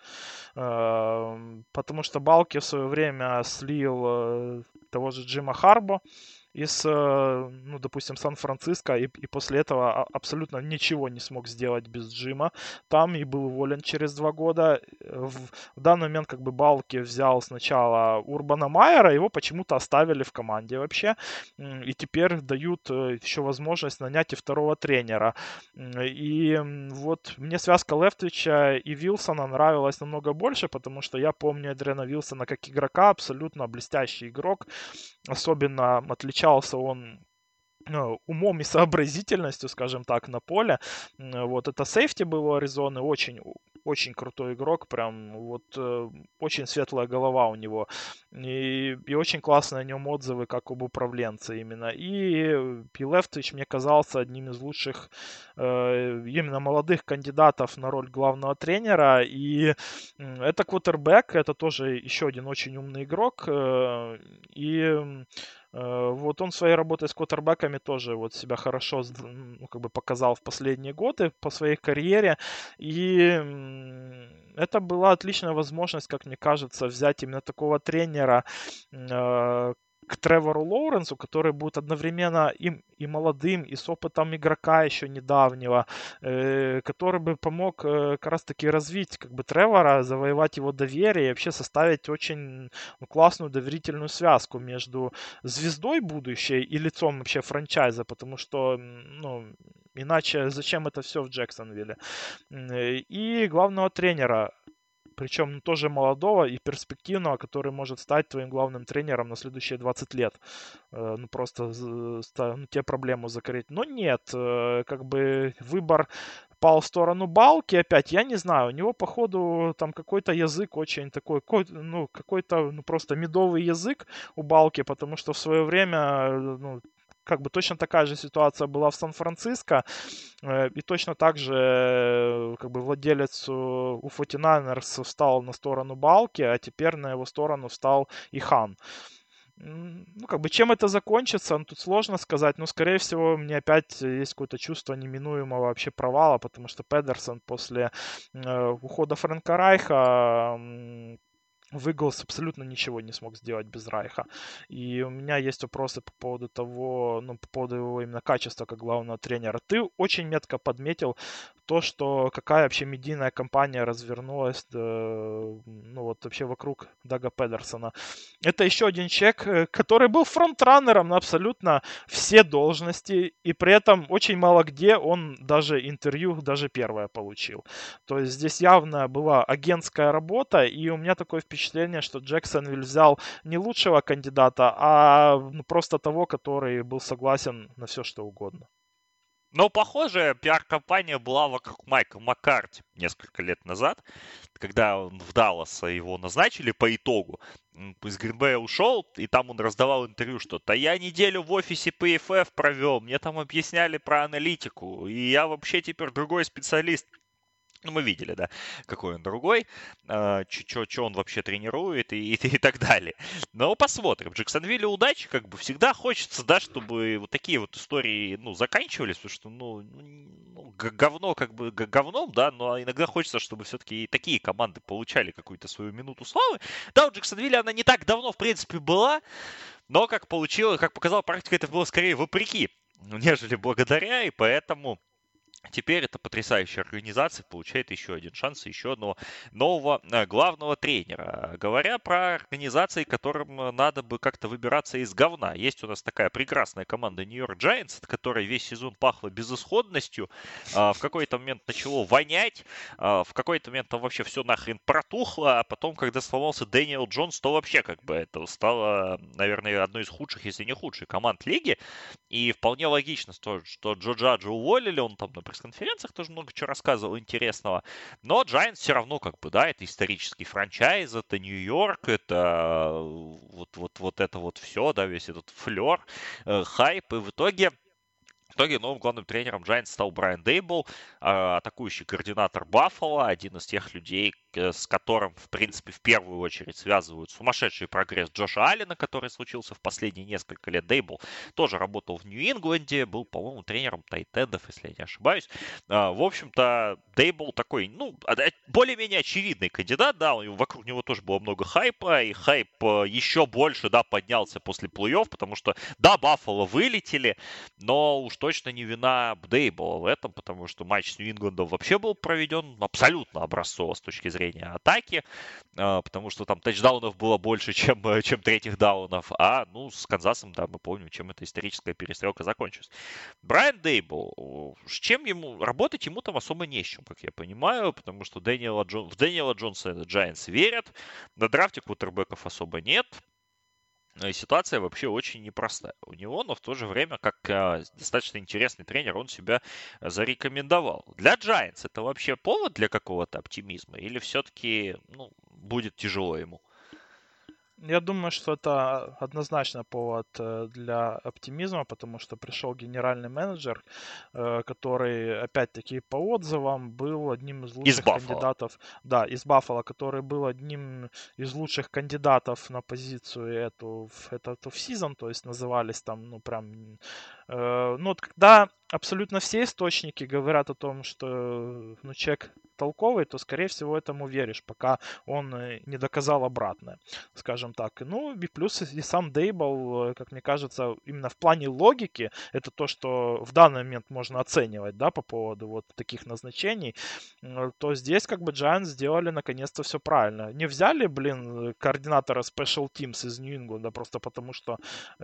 Э, Потому что Балки в свое время слил э, того же Джима Харбо из, э, ну, допустим, Сан-Франциско, и, и после этого а- абсолютно ничего не смог сделать без Джима там и был уволен через два года. В, в данный момент как бы Балки взял сначала Урбана Майера, его почему-то оставили в команде вообще, м, и теперь дают э, еще возможность нанять и второго тренера. М, И м, вот мне связка Лефтвича и Вилсона нравилась намного больше, потому что я помню Эдрена Вилсона как игрока, абсолютно блестящий игрок. Особенно отличался он э, умом и сообразительностью, скажем так, на поле. М, Вот это сейфти был у Аризоны, очень, очень крутой игрок, прям вот э, очень светлая голова у него. И, и очень классные о нем отзывы, как об управленце именно. И Пи Лефтвич мне казался одним из лучших э, именно молодых кандидатов на роль главного тренера. И м, это квотербек, это тоже еще один очень умный игрок. э, И м, Э, Вот он своей работой с квотербеками тоже вот себя хорошо с- ну, как бы показал в последние годы по своей карьере. И м, это была отличная возможность, как мне кажется, взять именно такого тренера э, к Тревору Лоуренсу, который будет одновременно и, и молодым, и с опытом игрока еще недавнего, э, который бы помог э, как раз таки развить как бы Тревора, завоевать его доверие и вообще составить очень ну, классную доверительную связку между звездой будущей и лицом вообще франчайза, потому что, ну, иначе зачем это все в Джексонвилле? И главного тренера, причем ну, тоже молодого и перспективного, который может стать твоим главным тренером на следующие двадцать лет. Э, Ну, просто з- ста- ну, те проблему закрыть. Но нет, э, как бы выбор пал в сторону Балки опять, я не знаю, у него, походу, там какой-то язык очень такой, ко- ну, какой-то, ну, просто медовый язык у Балки, потому что в свое время, э, ну, как бы точно такая же ситуация была в Сан-Франциско, э, и точно так же, э, как бы владелец э, у фортинайнерс встал на сторону Балки, а теперь на его сторону встал и Хан. М, Ну, как бы, чем это закончится, ну, тут сложно сказать, но, скорее всего, мне опять есть какое-то чувство неминуемого вообще провала, потому что Педерсон после э, ухода Фрэнка Райха м, в Иглс абсолютно ничего не смог сделать без Райха. И у меня есть вопросы по поводу того, ну, по поводу его именно качества как главного тренера. Ты очень метко подметил то, что какая вообще медийная кампания развернулась, да, ну, вот вообще вокруг Дага Педерсона. Это еще один человек, э, который был фронтранером на абсолютно все должности, и при этом очень мало где он даже интервью, даже первое получил. То есть здесь явно была агентская работа, и у меня такое впечатление, что Джексонвилл взял не лучшего кандидата, а ну, просто того, который был согласен на все, что угодно. Но, похоже, пиар-компания была вокруг Майка Маккарти несколько лет назад, когда он в Далласа его назначили по итогу. Из Гринбея ушел, и там он раздавал интервью что-то. Я неделю в офисе пи эф эф провел, мне там объясняли про аналитику, и я вообще теперь другой специалист. Ну, мы видели, да, какой он другой, что он вообще тренирует и, и, и так далее. Но посмотрим. В Джексонвилле удачи, как бы, всегда хочется, да, чтобы вот такие вот истории, ну, заканчивались, потому что, ну, ну говно, как бы, говном, да, но иногда хочется, чтобы все-таки и такие команды получали какую-то свою минуту славы. Да, у Джексонвилля она не так давно, в принципе, была, но как получилось, как показала практика, это было скорее вопреки, нежели благодаря, и поэтому... Теперь эта потрясающая организация получает еще один шанс, еще одного нового э, главного тренера. Говоря про организации, которым надо бы как-то выбираться из говна. Есть у нас такая прекрасная команда Нью-Йорк Giants, от которой весь сезон пахло безысходностью. В какой-то момент начало вонять, в какой-то момент там вообще все нахрен протухло, а потом, когда сломался Дэниел Джонс, то вообще как бы это стало, наверное, одной из худших, если не худших команд лиги. И вполне логично, что, что Джо Джаджа уволили, он там на пресс-конференциях тоже много чего рассказывал интересного. Но Giants все равно, как бы, да, это исторический франчайз, это Нью-Йорк, это вот, вот, вот это вот все, да, весь этот флер, э, хайп. И в итоге В итоге новым главным тренером Giants стал Брайан Дейбл, атакующий координатор Баффало, один из тех людей, с которым, в принципе, в первую очередь связывают сумасшедший прогресс Джоша Аллена, который случился в последние несколько лет. Дейбл тоже работал в Нью-Ингланде, был, по-моему, тренером тайтендов, если я не ошибаюсь. В общем-то, Дейбл такой, ну, более-менее очевидный кандидат, да, вокруг него тоже было много хайпа, и хайп еще больше, да, поднялся после плей-офф, потому что, да, Баффало вылетели, но уж точно не вина Дейбла в этом, потому что матч с Нью-Ингландом вообще был проведен абсолютно образцово с точки зрения атаки, потому что там тачдаунов было больше, чем, чем третьих даунов, а, ну, с Канзасом, да, мы помним, чем эта историческая перестрелка закончилась. Брайан Дейбл, с чем ему, работать ему там особо не с чем, как я понимаю, потому что Дэниела Джон, в Дэниела Джонса Giants верят, на драфте квотербеков особо нет, и ситуация вообще очень непростая у него, но в то же время, как э, достаточно интересный тренер, он себя зарекомендовал. Для Giants это вообще повод для какого-то оптимизма или все-таки ну, будет тяжело ему? Я думаю, что это однозначно повод для оптимизма, потому что пришел генеральный менеджер, который, опять-таки, по отзывам был одним из лучших из кандидатов. Да, из Баффало, который был одним из лучших кандидатов на позицию эту в этот в сезон, то есть назывались там, ну, прям... Э, ну, вот когда абсолютно все источники говорят о том, что ну, человек толковый, то, скорее всего, этому веришь, пока он не доказал обратное, скажем так. Ну, и плюс и сам Дейбл, как мне кажется, именно в плане логики, это то, что в данный момент можно оценивать, да, по поводу вот таких назначений, то здесь как бы Giants сделали наконец-то все правильно. Не взяли, блин, координатора Special Teams из Нью-Ингланда просто потому, что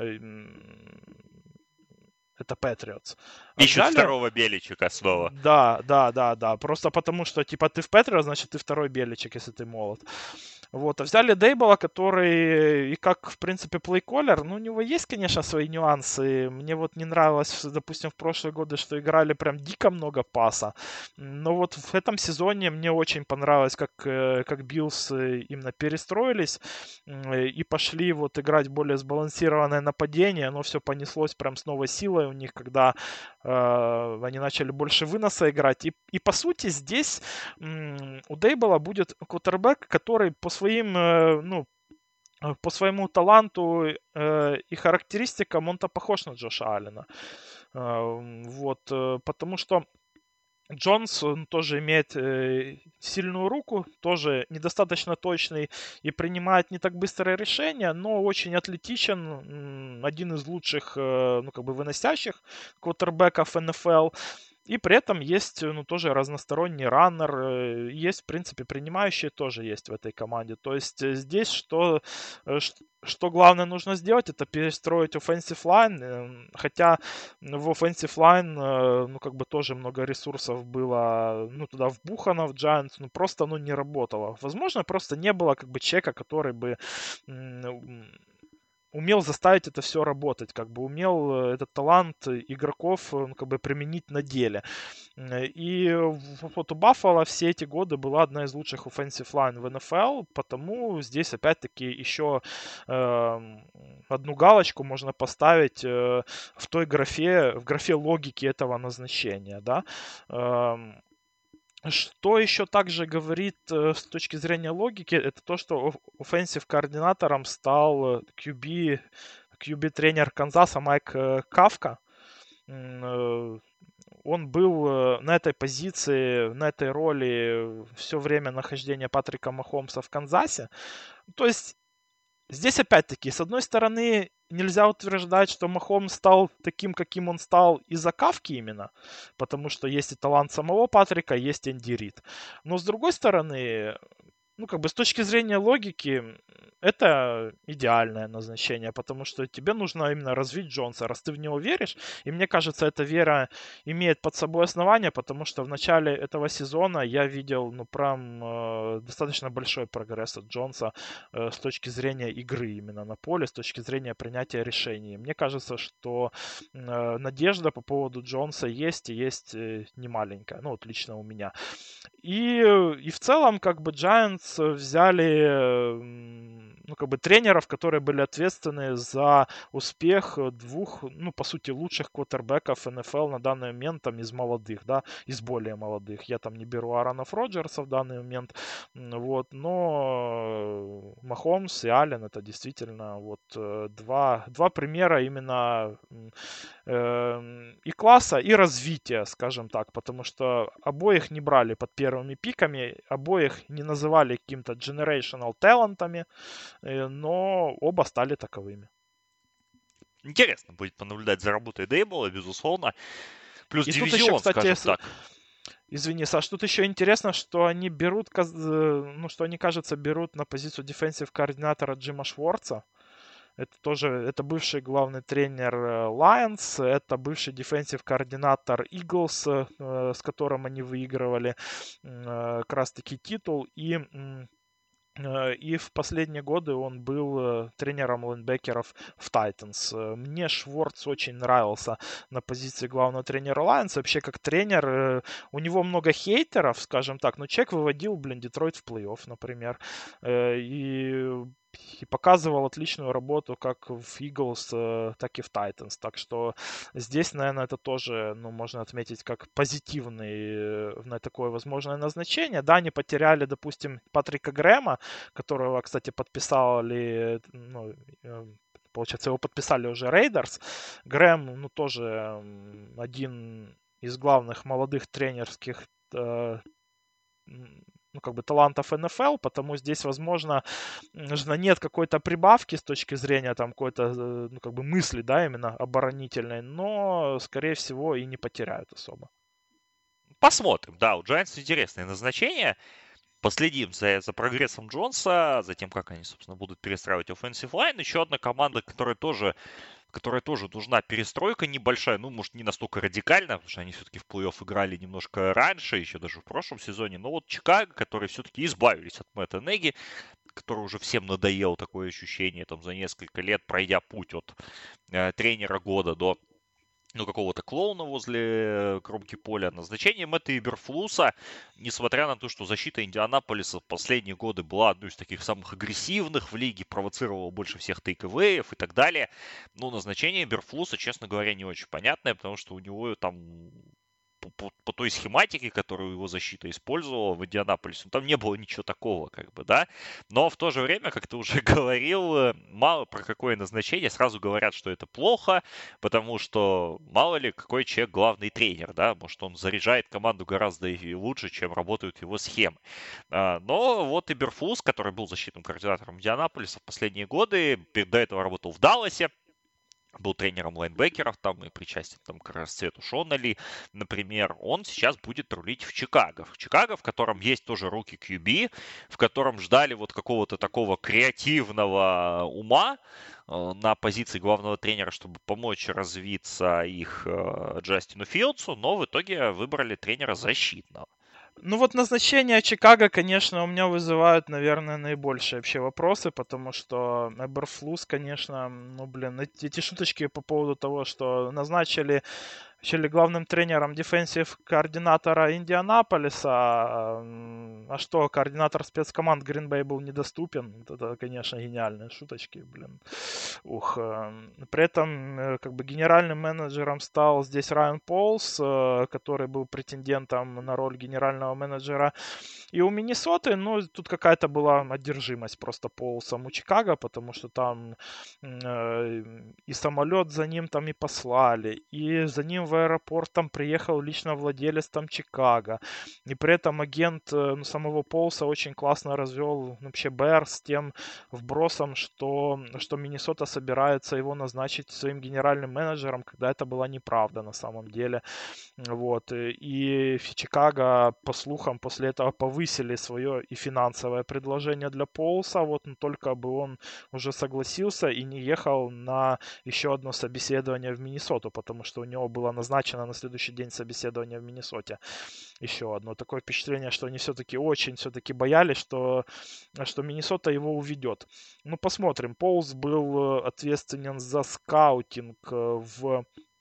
это Patriots. А Ищут взяли... второго Беличика снова. Да, да, да, да. Просто потому, что, типа, ты в Patriots, значит, ты второй Беличик, если ты молод. Вот, а взяли Дейбла, который и как, в принципе, плейколлер, ну, у него есть, конечно, свои нюансы. Мне вот не нравилось, допустим, в прошлые годы, что играли прям дико много паса. Но вот в этом сезоне мне очень понравилось, как, как Биллс именно перестроились и пошли вот играть более сбалансированное нападение. Оно все понеслось прям с новой силой у них, когда э, они начали больше выноса играть. И, и по сути здесь м- у Дейбла будет квотербек, который по своим, ну, по своему таланту э, и характеристикам он-то похож на Джоша Аллена. Э, вот, потому что Джонс, он тоже имеет э, сильную руку, тоже недостаточно точный и принимает не так быстрое решение, но очень атлетичен, один из лучших, э, ну, как бы выносящих квотербеков эн эф эл. И при этом есть, ну, тоже разносторонний раннер, э, есть, в принципе, принимающие тоже есть в этой команде. То есть э, здесь что, э, ш- что главное нужно сделать, это перестроить offensive line, э, хотя в offensive line, э, ну, как бы тоже много ресурсов было, ну, туда вбухано в Giants, ну, просто оно не работало. Возможно, просто не было, как бы, человека, который бы м, умел заставить это все работать, как бы умел э, этот талант игроков э, ну, как бы применить на деле. Э, И в- вот у Баффала все эти годы была одна из лучших offensive line в эн эф эл, потому здесь опять-таки еще эм, одну галочку можно поставить э, в той графе, в графе логики этого назначения, да. Эм, Что еще также говорит э, с точки зрения логики, это то, что офенсив координатором стал кью би, кью би-тренер Канзаса Майк э, Кавка. М, э, Он был э, на этой позиции, на этой роли все время нахождения Патрика Махомса в Канзасе. То есть здесь опять-таки, с одной стороны, нельзя утверждать, что Махом стал таким, каким он стал из-за Кавки именно, потому что есть и талант самого Патрика, есть Энди Рид. Но с другой стороны, ну, как бы с точки зрения логики, это идеальное назначение, потому что тебе нужно именно развить Джонса, раз ты в него веришь. И мне кажется, эта вера имеет под собой основание, потому что в начале этого сезона я видел, ну, прям э, достаточно большой прогресс от Джонса э, с точки зрения игры именно на поле, с точки зрения принятия решений. Мне кажется, что э, надежда по поводу Джонса есть, и есть э, немаленькая, ну, вот лично у меня. И, и в целом, как бы, Giants взяли, м, ну, как бы, тренеров, которые были ответственны за успех двух, ну, по сути, лучших квотербеков эн эф эл на данный момент, там, из молодых, да, из более молодых. Я там не беру Ааронов Роджерса в данный момент, м, вот, но Махомс и Аллен это действительно вот э, два, два примера именно м, эм, и класса, и развития, скажем так, потому что обоих не брали под первыми пиками, обоих не называли каким-то generational талантами, э, но оба стали таковыми. Интересно будет понаблюдать за работой Дейбола, безусловно. Плюс И тут еще, дивизион, кстати, скажем с- так. извини, Саш, тут еще интересно, что они берут, каз- э, ну, что они, кажется, берут на позицию дефенсив координатора Джима Шварца. Это тоже, это бывший главный тренер э, Lions, это бывший дефенсив координатор Eagles, э, с которым они выигрывали э, как раз таки титул. И м, э, и в последние годы он был э, тренером лайнбекеров в Titans. Э, Мне Шворц очень нравился на позиции главного тренера Lions. Вообще, как тренер, э, у него много хейтеров, скажем так, но человек выводил, блин, Детройт в плей-офф, например. Э, И и показывал отличную работу как в Eagles, э, так и в Titans. Так что здесь, наверное, это тоже, ну, можно отметить как позитивный э, на такое возможное назначение. Да, они потеряли, допустим, Патрика Грэма, которого, кстати, подписали, ну, э, получается, его подписали уже Рейдерс. Грэм, ну, тоже м, один из главных молодых тренерских э, м, ну, как бы талантов эн эф эл, потому здесь, возможно, м, нет какой-то прибавки с точки зрения там какой-то, э, ну, как бы мысли, да, именно оборонительной, но, скорее всего, и не потеряют особо. Посмотрим. Да, у Giants интересное назначение. Последим за, за прогрессом Джонса, за тем, как они, собственно, будут перестраивать offensive line. Еще одна команда, которая тоже, которая тоже нужна перестройка небольшая, ну, может, не настолько радикальная, потому что они все-таки в плей-офф играли немножко раньше, еще даже в прошлом сезоне. Но вот Чикаго, которые все-таки избавились от Мэтта Неги, который уже всем надоел, такое ощущение, там, за несколько лет, пройдя путь от э, тренера года до ну, какого-то клоуна возле кромки поля. Назначение Мэтта Иберфлуса, несмотря на то, что защита Индианаполиса в последние годы была одной из таких самых агрессивных в лиге, провоцировала больше всех тейк-эвеев и так далее, ну, назначение Иберфлуса, честно говоря, не очень понятное, потому что у него там по, по, по той схематике, которую его защита использовала в Индианаполисе, ну, там не было ничего такого, как бы, да. Но в то же время, как ты уже говорил, мало про какое назначение, сразу говорят, что это плохо, потому что мало ли какой человек главный тренер, да, может он заряжает команду гораздо и лучше, чем работают его схемы. А, Но вот Иберфлус, который был защитным координатором Индианаполиса в последние годы, до этого работал в Далласе, был тренером лайнбекеров, там и причастен там, к расцвету Шона Ли, например, он сейчас будет рулить в Чикаго. В Чикаго, в котором есть тоже руки кью би, в котором ждали вот какого-то такого креативного ума э, на позиции главного тренера, чтобы помочь развиться их э, Джастину Филдсу, но в итоге выбрали тренера защитного. Ну вот назначение Чикаго, конечно, у меня вызывает, наверное, наибольшие вообще вопросы, потому что Эберфлус, конечно, ну блин, эти, эти шуточки по поводу того, что назначили Начали главным тренером дефенсив координатора Индианаполиса. А а что, координатор спецкоманд Green Bay был недоступен? Это, конечно, гениальные шуточки, блин. Ух. При этом, э, как бы, генеральным менеджером стал здесь Райан Полс, э, который был претендентом на роль генерального менеджера. И у Миннесоты, ну, тут какая-то была одержимость просто Полсом у Чикаго, потому что там э, и самолет за ним там и послали, и за ним в аэропорт там приехал лично владелец там Чикаго. И при этом агент э, ну, самого Полса очень классно развел вообще БР с тем вбросом, что, что Миннесота собирается его назначить своим генеральным менеджером, когда это была неправда на самом деле. Вот. И в Чикаго, по слухам, после этого повысили свое и финансовое предложение для Полса, вот, но только бы он уже согласился и не ехал на еще одно собеседование в Миннесоту, потому что у него было назначено на следующий день собеседование в Миннесоте. Еще одно. Такое впечатление, что они все-таки очень все-таки боялись, что, что Миннесота его уведет. Ну, посмотрим. Полс был ответственен за скаутинг в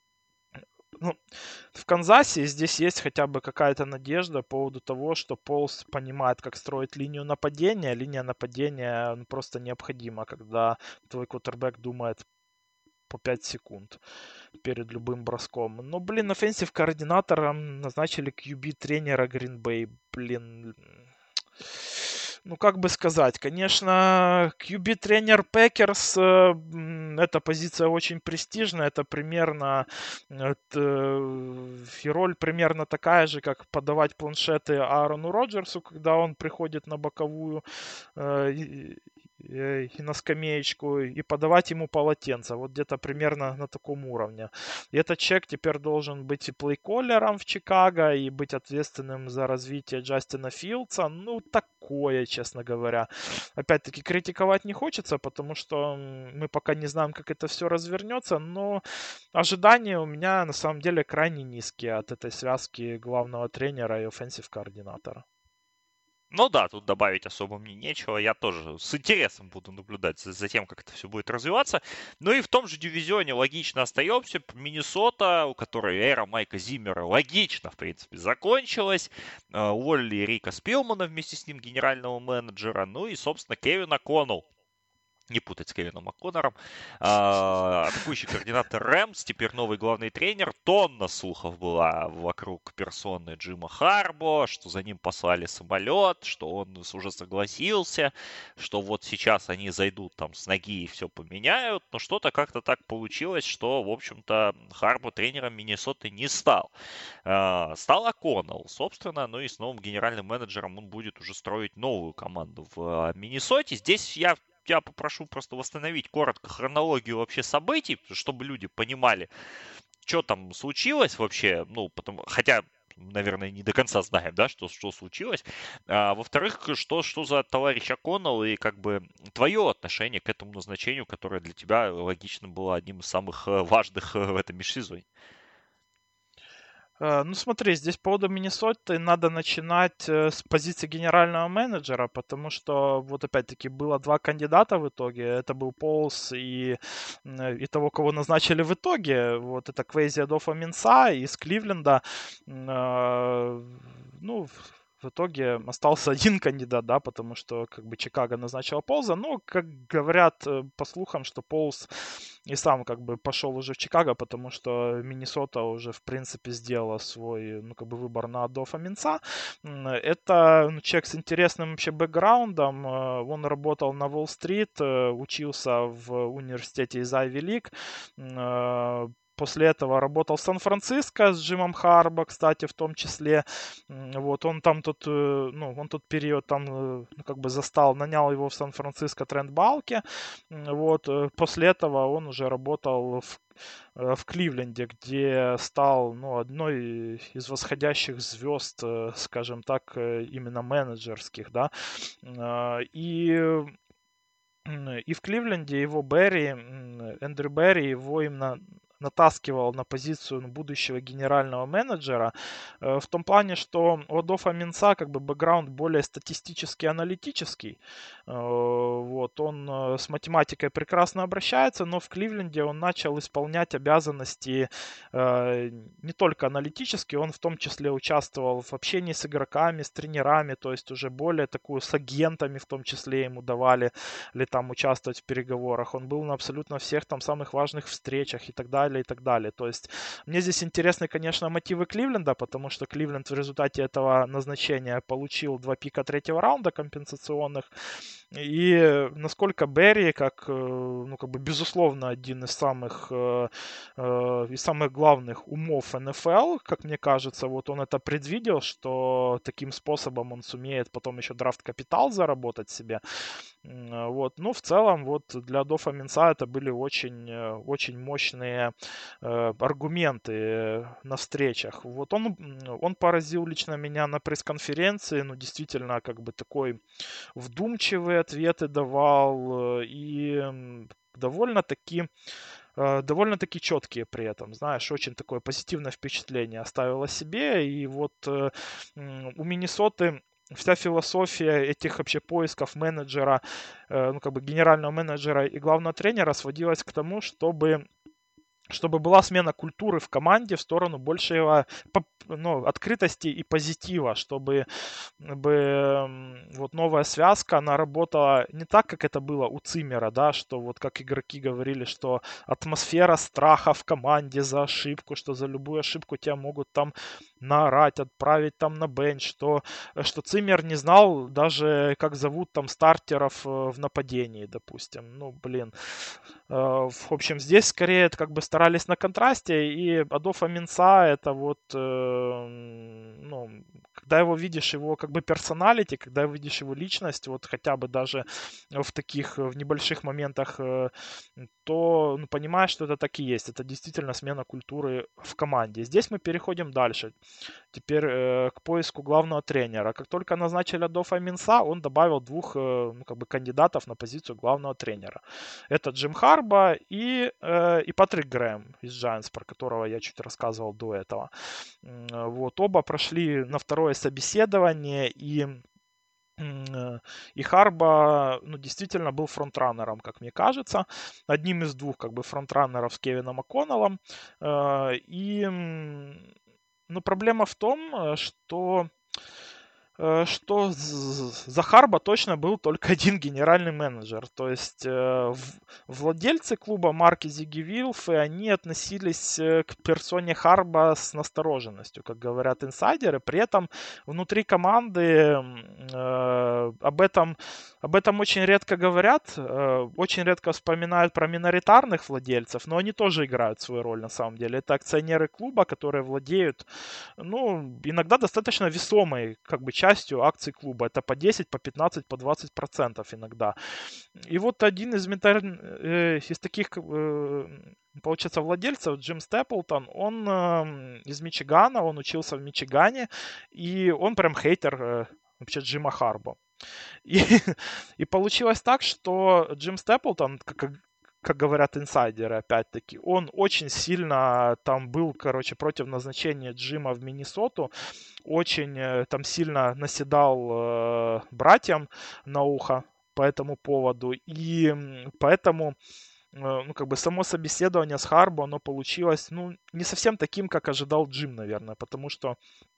ну, в Канзасе здесь есть хотя бы какая-то надежда по поводу того, что Полс понимает, как строить линию нападения. Линия нападения ну, просто необходима, когда твой квотербек думает по пять секунд перед любым броском. Но, блин, офенсив координатором назначили кью би-тренера Green Bay. Блин, ну, как бы сказать, конечно, кью би-тренер Пекерс, эта позиция очень престижная, это примерно, это, и роль примерно такая же, как подавать планшеты Аарону Роджерсу, когда он приходит на боковую э, и, и на скамеечку, и подавать ему полотенце, вот где-то примерно на таком уровне. И этот человек теперь должен быть и плейколлером в Чикаго, и быть ответственным за развитие Джастина Филдса, ну, такое, честно говоря. Опять-таки, критиковать не хочется, потому что мы пока не знаем, как это все развернется, но ожидания у меня на самом деле крайне низкие от этой связки главного тренера и офенсив-координатора. Ну да, тут добавить особо мне нечего. Я тоже с интересом буду наблюдать за, за тем, как это все будет развиваться. Ну и в том же дивизионе логично остаемся. Миннесота, у которой эра Майка Зиммера логично, в принципе, закончилась. Уволили Рика Спилмана, вместе с ним генерального менеджера. Ну и, собственно, Кевина Коннелл. Не путать с Кевином МакКоннором. А, атакующий координатор Рэмс, теперь новый главный тренер. Тонна слухов была вокруг персоны Джима Харбо, что за ним послали самолет, что он уже согласился, что вот сейчас они зайдут там с ноги и все поменяют. Но что-то как-то так получилось, что, в общем-то, Харбо тренером Миннесоты не стал. А, стал О'Коннелл, собственно, ну и с новым генеральным менеджером он будет уже строить новую команду в Миннесоте. Здесь я я попрошу просто восстановить коротко хронологию вообще событий, чтобы люди понимали, что там случилось вообще, ну, потому, хотя, наверное, не до конца знаем, да, что, что случилось. А, во-вторых, что, что за товарищ О'Коннелл и как бы твое отношение к этому назначению, которое для тебя логично было одним из самых важных в этом межсезонье. Ну смотри, здесь по поводу Миннесоты надо начинать э, с позиции генерального менеджера, потому что вот опять-таки было два кандидата в итоге. Это был Полс и, э, и того, кого назначили в итоге. Вот это Квейзи Адофа Минса из Кливленда. Э, Ну, в итоге остался один кандидат, да, потому что как бы Чикаго назначила Полза. Ну, как говорят э, по слухам, что Полз и сам как бы пошел уже в Чикаго, потому что Миннесота уже в принципе сделала свой, ну, как бы выбор на Адольфа Минца. М, Это ну, человек с интересным вообще бэкграундом. Э, Он работал на Уолл-стрит, э, учился в университете из Айви Лиг. М, э, После этого работал в Сан-Франциско с Джимом Харбо, кстати, в том числе. М, Вот, он там тот, э, ну, он тот период там, э, ну, как бы застал, нанял его в Сан-Франциско Трент Балке. М, Вот, э, после этого он уже работал в, э, в Кливленде, где стал, ну, одной из восходящих звезд, э, скажем так, э, именно менеджерских, да. А, И М, И в Кливленде его Берри, м, Эндрю Берри, его именно натаскивал на позицию ну, будущего генерального менеджера э, в том плане, что у Адольфа Минца как бы бэкграунд более статистический, аналитический. Э, Вот, он э, с математикой прекрасно обращается, но в Кливленде он начал исполнять обязанности э, не только аналитически, он в том числе участвовал в общении с игроками, с тренерами, то есть уже более такую с агентами в том числе ему давали или там участвовать в переговорах. Он был на абсолютно всех там самых важных встречах и так далее, и так далее. То есть мне здесь интересны, конечно, мотивы Кливленда, потому что Кливленд в результате этого назначения получил два пика третьего раунда компенсационных. И насколько Берри, как, э, ну, как бы, безусловно, один из самых, э, э, из самых главных умов эн эф эл, как мне кажется, вот он это предвидел, что таким способом он сумеет потом еще драфт-капитал заработать себе. М, а, Вот. Ну, в целом, вот для Адольфа Минца это были очень, э, очень мощные э, аргументы э, на встречах. Вот он, м, он поразил лично меня на пресс-конференции, ну, действительно, как бы такой вдумчивые ответы давал э, и м, довольно-таки э, довольно-таки четкие при этом, знаешь, очень такое позитивное впечатление оставил о себе. И вот э, м, у Миннесоты вся философия этих вообще поисков менеджера, э, ну, как бы генерального менеджера и главного тренера сводилась к тому, чтобы чтобы была смена культуры в команде в сторону большего ну, открытости и позитива, чтобы, бы вот новая связка, она работала не так, как это было у Циммера, да, что вот как игроки говорили, что атмосфера страха в команде за ошибку, что за любую ошибку тебя могут там наорать, отправить там на бенч, что, что Циммер не знал даже, как зовут там стартеров э, в нападении, допустим. Ну, блин. Э, В общем, здесь скорее это как бы старались на контрасте, и Адольфа Минца это вот, э, ну, когда его видишь, его как бы персоналити, когда видишь его личность, вот хотя бы даже в таких, в небольших моментах, э, то ну, понимаешь, что это так и есть. Это действительно смена культуры в команде. Здесь мы переходим дальше. Теперь э, к поиску главного тренера. Как только назначили Адольфа Минца, он добавил двух э, ну, как бы кандидатов на позицию главного тренера. Это Джим Харбо и, э, и Патрик Грэм из Giants, про которого я чуть рассказывал до этого. Вот, оба прошли на второе собеседование, и э, и Харба, ну, действительно был фронтранером, как мне кажется. Одним из двух, как бы, фронтранеров с Кевином О'Коннеллом. Э, И, ну, проблема в том, э, что э, что за Харба точно был только один генеральный менеджер. То есть э, владельцы клуба Марки Зигги-Вилф, и они относились э, к персоне Харба с настороженностью, как говорят инсайдеры. При этом внутри команды э, об этом, об этом очень редко говорят, э, очень редко вспоминают про миноритарных владельцев, но они тоже играют свою роль на самом деле. Это акционеры клуба, которые владеют, ну, иногда достаточно весомой, как бы, частью акций клуба. Это по десять, по пятнадцать, по двадцать процентов иногда. И вот один из, ментар... э, из таких, э, получается, владельцев, Джим Степлтон, он э, из Мичигана, он учился в Мичигане, и он прям хейтер э, вообще Джима Харбо. И, и получилось так, что Джим Степлтон, как, как говорят инсайдеры, опять-таки, он очень сильно там был, короче, против назначения Джима в Миннесоту, очень э, там сильно наседал э, братьям на ухо по этому поводу, и поэтому э, ну, как бы само собеседование с Харбо, оно получилось, ну, не совсем таким, как ожидал Джим, наверное, потому что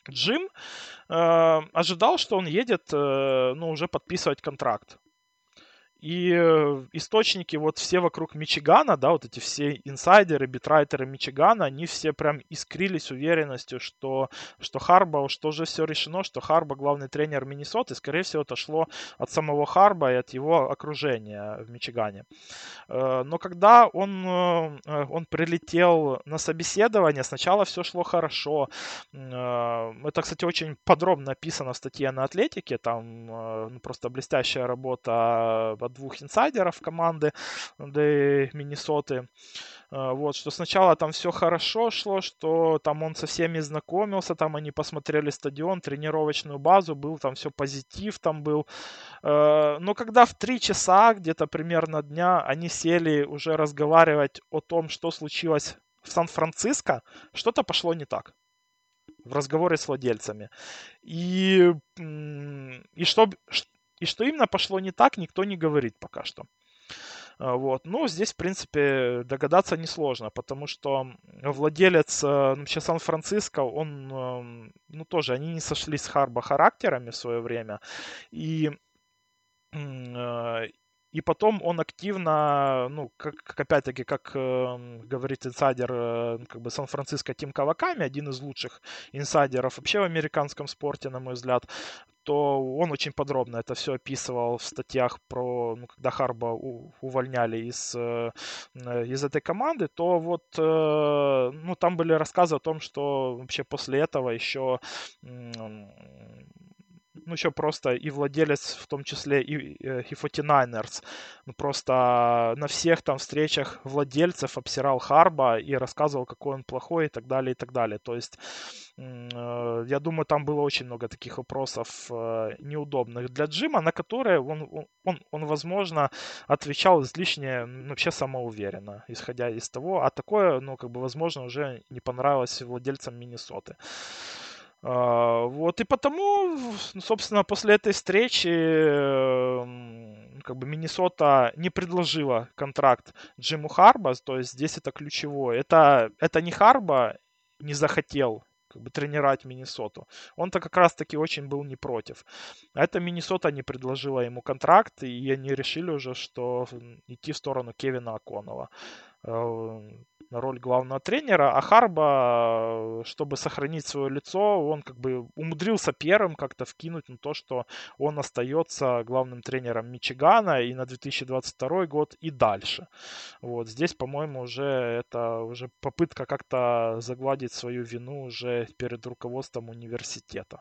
Джим э, ожидал, что он едет, э, ну, уже подписывать контракт. И э, источники вот все вокруг Мичигана, да, вот эти все инсайдеры, битрайтеры Мичигана, они все прям искрились уверенностью, что, что Харбо, что уже все решено, что Харбо главный тренер Миннесоты, скорее всего, это шло от самого Харбо и от его окружения в Мичигане. Э, Но когда он, э, э, он прилетел на собеседование, сначала все шло хорошо. Э, Это, кстати, очень подробно описано в статье на Атлетике. Там э, ну, просто блестящая работа от двух инсайдеров команды де Миннесоты. Э, Вот, что сначала там все хорошо шло, что там он со всеми знакомился, там они посмотрели стадион, тренировочную базу, был там все позитив там был. Э, Но когда в три часа где-то примерно дня они сели уже разговаривать о том, что случилось в Сан-Франциско, что-то пошло не так в разговоре с владельцами. И, м, и, что, б- ш- и что именно пошло не так, никто не говорит пока что. А, Вот. Ну, здесь, в принципе, догадаться несложно, потому что владелец э, ну, вообще Сан-Франциско, он, эм, ну, тоже, они не сошлись с Харбо характерами в свое время. И М, э, и потом он активно, ну, как, как опять-таки, как э, говорит инсайдер э, как бы Сан-Франциско Тим Каваками, один из лучших инсайдеров вообще в американском спорте, на мой взгляд, то он очень подробно это все описывал в статьях про, ну, когда Харба у- увольняли из, э, э, из этой команды, то вот, э, ну, там были рассказы о том, что вообще после этого еще ну, еще просто и владелец, в том числе и, э, и форти найнерс, ну, просто на всех там встречах владельцев обсирал Харба и рассказывал, какой он плохой и так далее, и так далее. То есть, м, э, я думаю, там было очень много таких вопросов э, неудобных для Джима, на которые он, он, он, он, возможно, отвечал излишне, ну, вообще самоуверенно, исходя из того, а такое, ну, как бы, возможно, уже не понравилось владельцам Миннесоты. А, Вот, и потому, ну, собственно, после этой встречи м, как бы Миннесота не предложила контракт Джиму Харбо, то есть здесь это ключевое. Это, это не Харбо не захотел как бы тренировать Миннесоту. Он-то как раз-таки очень был не против. А это Миннесота не предложила ему контракт, и они решили уже, что идти в сторону Кевина О'Коннелла э, на роль главного тренера, а Харба, чтобы сохранить свое лицо, он как бы умудрился первым как-то вкинуть на то, что он остается главным тренером Мичигана и на две тысячи двадцать второй год и дальше. Вот здесь, по-моему, уже это уже попытка как-то загладить свою вину уже перед руководством университета.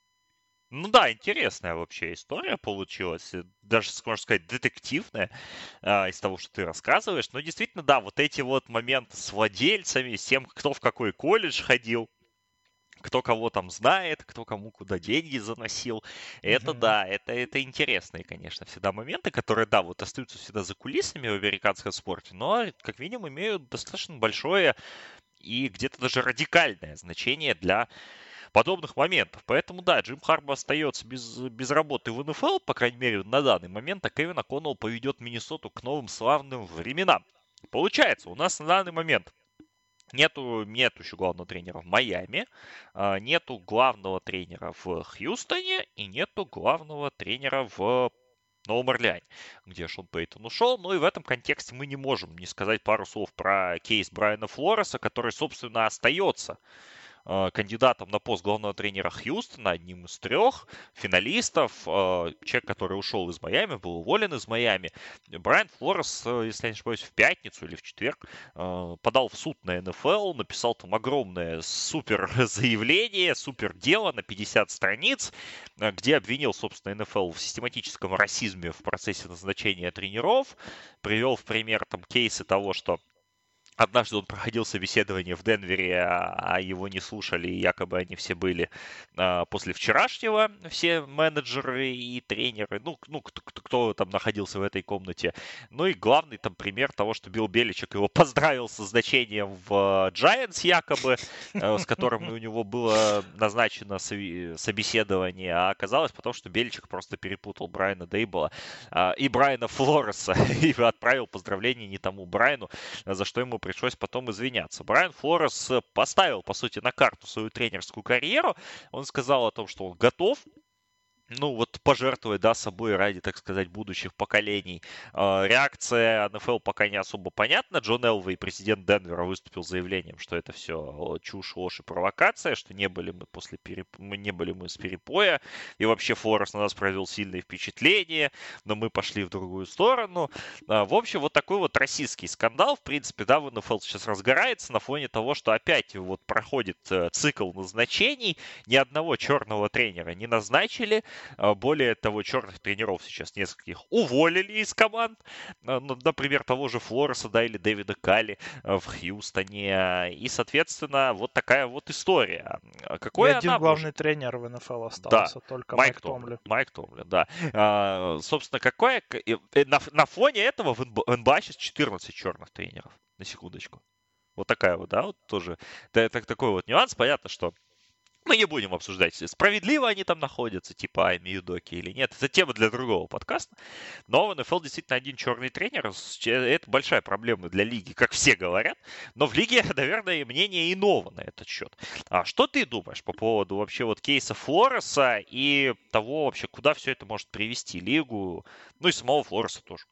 Ну да, интересная вообще история получилась, э, даже, можно сказать, детективная а, из того, что ты рассказываешь. Но действительно, да, вот эти вот моменты с владельцами, с тем, кто в какой колледж ходил, кто кого там знает, кто кому куда деньги заносил. Это Мгм. да, это, это интересные, конечно, всегда моменты, которые, да, вот остаются всегда за кулисами в американском спорте, но как минимум имеют достаточно большое и где-то даже радикальное значение для подобных моментов. Поэтому, да, Джим Харбо остается без, без работы в эн эф эл, по крайней мере, на данный момент, а Кевин О'Коннелл поведет Миннесоту к новым славным временам. Получается, у нас на данный момент Нету, нету еще главного тренера в Майами, а, нету главного тренера в Хьюстоне и нету главного тренера в Новом Орлеане, где Шон Пейтон ушел. Ну и в этом контексте мы не можем не сказать пару слов про кейс Брайана Флореса, который, собственно, остается э, кандидатом на пост главного тренера Хьюстона, одним из трех финалистов. Э, человек, который ушел из Майами, был уволен из Майами. Брайан Флорес, э, если я не ошибаюсь, в пятницу или в четверг э, подал в суд на эн эф эл, написал там огромное супер заявление, супер дело на пятьдесят страниц, э, где обвинил, собственно, эн эф эл в систематическом расизме в процессе назначения тренеров, привел в пример там кейсы того, что однажды он проходил собеседование в Денвере, а его не слушали, и якобы они все были а, после вчерашнего, все менеджеры и тренеры, ну, ну кто, кто, кто там находился в этой комнате. Ну и главный там пример того, что Билл Беличек его поздравил со значением в Giants якобы, э, с которым у него было назначено собеседование, а оказалось потому, что Беличек просто перепутал Брайана Дейбла а, и Брайана Флореса и отправил поздравления не тому Брайану, за что ему пришлось потом извиняться. Брайан Флорес поставил, по сути, на карту свою тренерскую карьеру. Он сказал о том, что он готов, ну, вот пожертвовать, да, собой ради, так сказать, будущих поколений. Э, реакция эн эф эл пока не особо понятна. Джон Элвей, президент Денвера, выступил с заявлением, что это все чушь, ложь и провокация, что не были мы после переп... мы не были мы с перепоя, и вообще Флорес на нас произвел сильное впечатление, но мы пошли в другую сторону. Э, в общем, вот такой вот российский скандал, в принципе, да, в эн эф эл сейчас разгорается на фоне того, что опять вот проходит э, цикл назначений, ни одного черного тренера не назначили. Более того, черных тренеров сейчас нескольких уволили из команд. Например, того же Флореса, да, или Дэвида Калли в Хьюстоне. И, соответственно, вот такая вот история. Какой и один главный может... тренер в эн эф эл остался, да, только Майк, Майк Томлин. Майк Томлин, да. А, собственно, какое... На, на фоне этого в эн бэ а сейчас четырнадцать черных тренеров. На секундочку. Вот такая вот, да, вот тоже. Да, это такой вот нюанс. Понятно, что мы не будем обсуждать, справедливо они там находятся, типа Айми Юдоки или нет. Это тема для другого подкаста. Но в эн эф эл действительно один черный тренер. Это большая проблема для лиги, как все говорят. Но в лиге, наверное, мнение иного на этот счет. А что ты думаешь по поводу вообще вот кейса Флореса и того вообще, куда все это может привести лигу? Ну и самого Флореса тоже.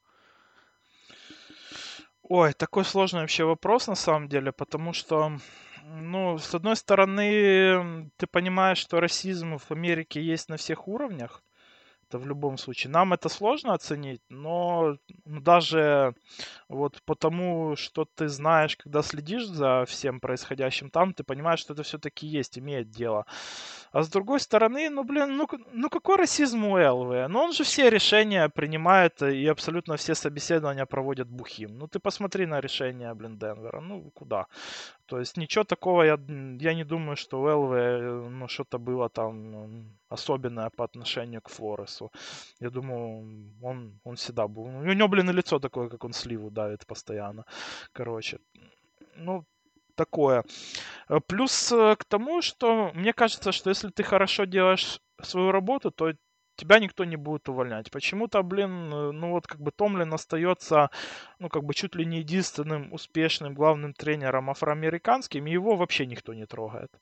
Ой, такой сложный вообще вопрос на самом деле, потому что... Ну, с одной стороны, ты понимаешь, что расизм в Америке есть на всех уровнях. Это в любом случае. Нам это сложно оценить, но даже вот потому, что ты знаешь, когда следишь за всем происходящим там, ты понимаешь, что это все-таки есть, имеет дело. А с другой стороны, ну, блин, ну, ну какой расизм у Элвея? Ну, он же все решения принимает и абсолютно все собеседования проводит бухим. Ну, ты посмотри на решение, блин, Денвера. Ну, куда? То есть ничего такого, я, я не думаю, что у Элвея, ну, что-то было там особенное по отношению к Флоресу. Я думаю, он, он всегда был. У него, блин, и лицо такое, как он сливу давит постоянно. Короче, ну, такое. Плюс к тому, что мне кажется, что если ты хорошо делаешь свою работу, то тебя никто не будет увольнять. Почему-то, блин, ну вот как бы Томлин остается, ну как бы чуть ли не единственным успешным главным тренером афроамериканским, и его вообще никто не трогает.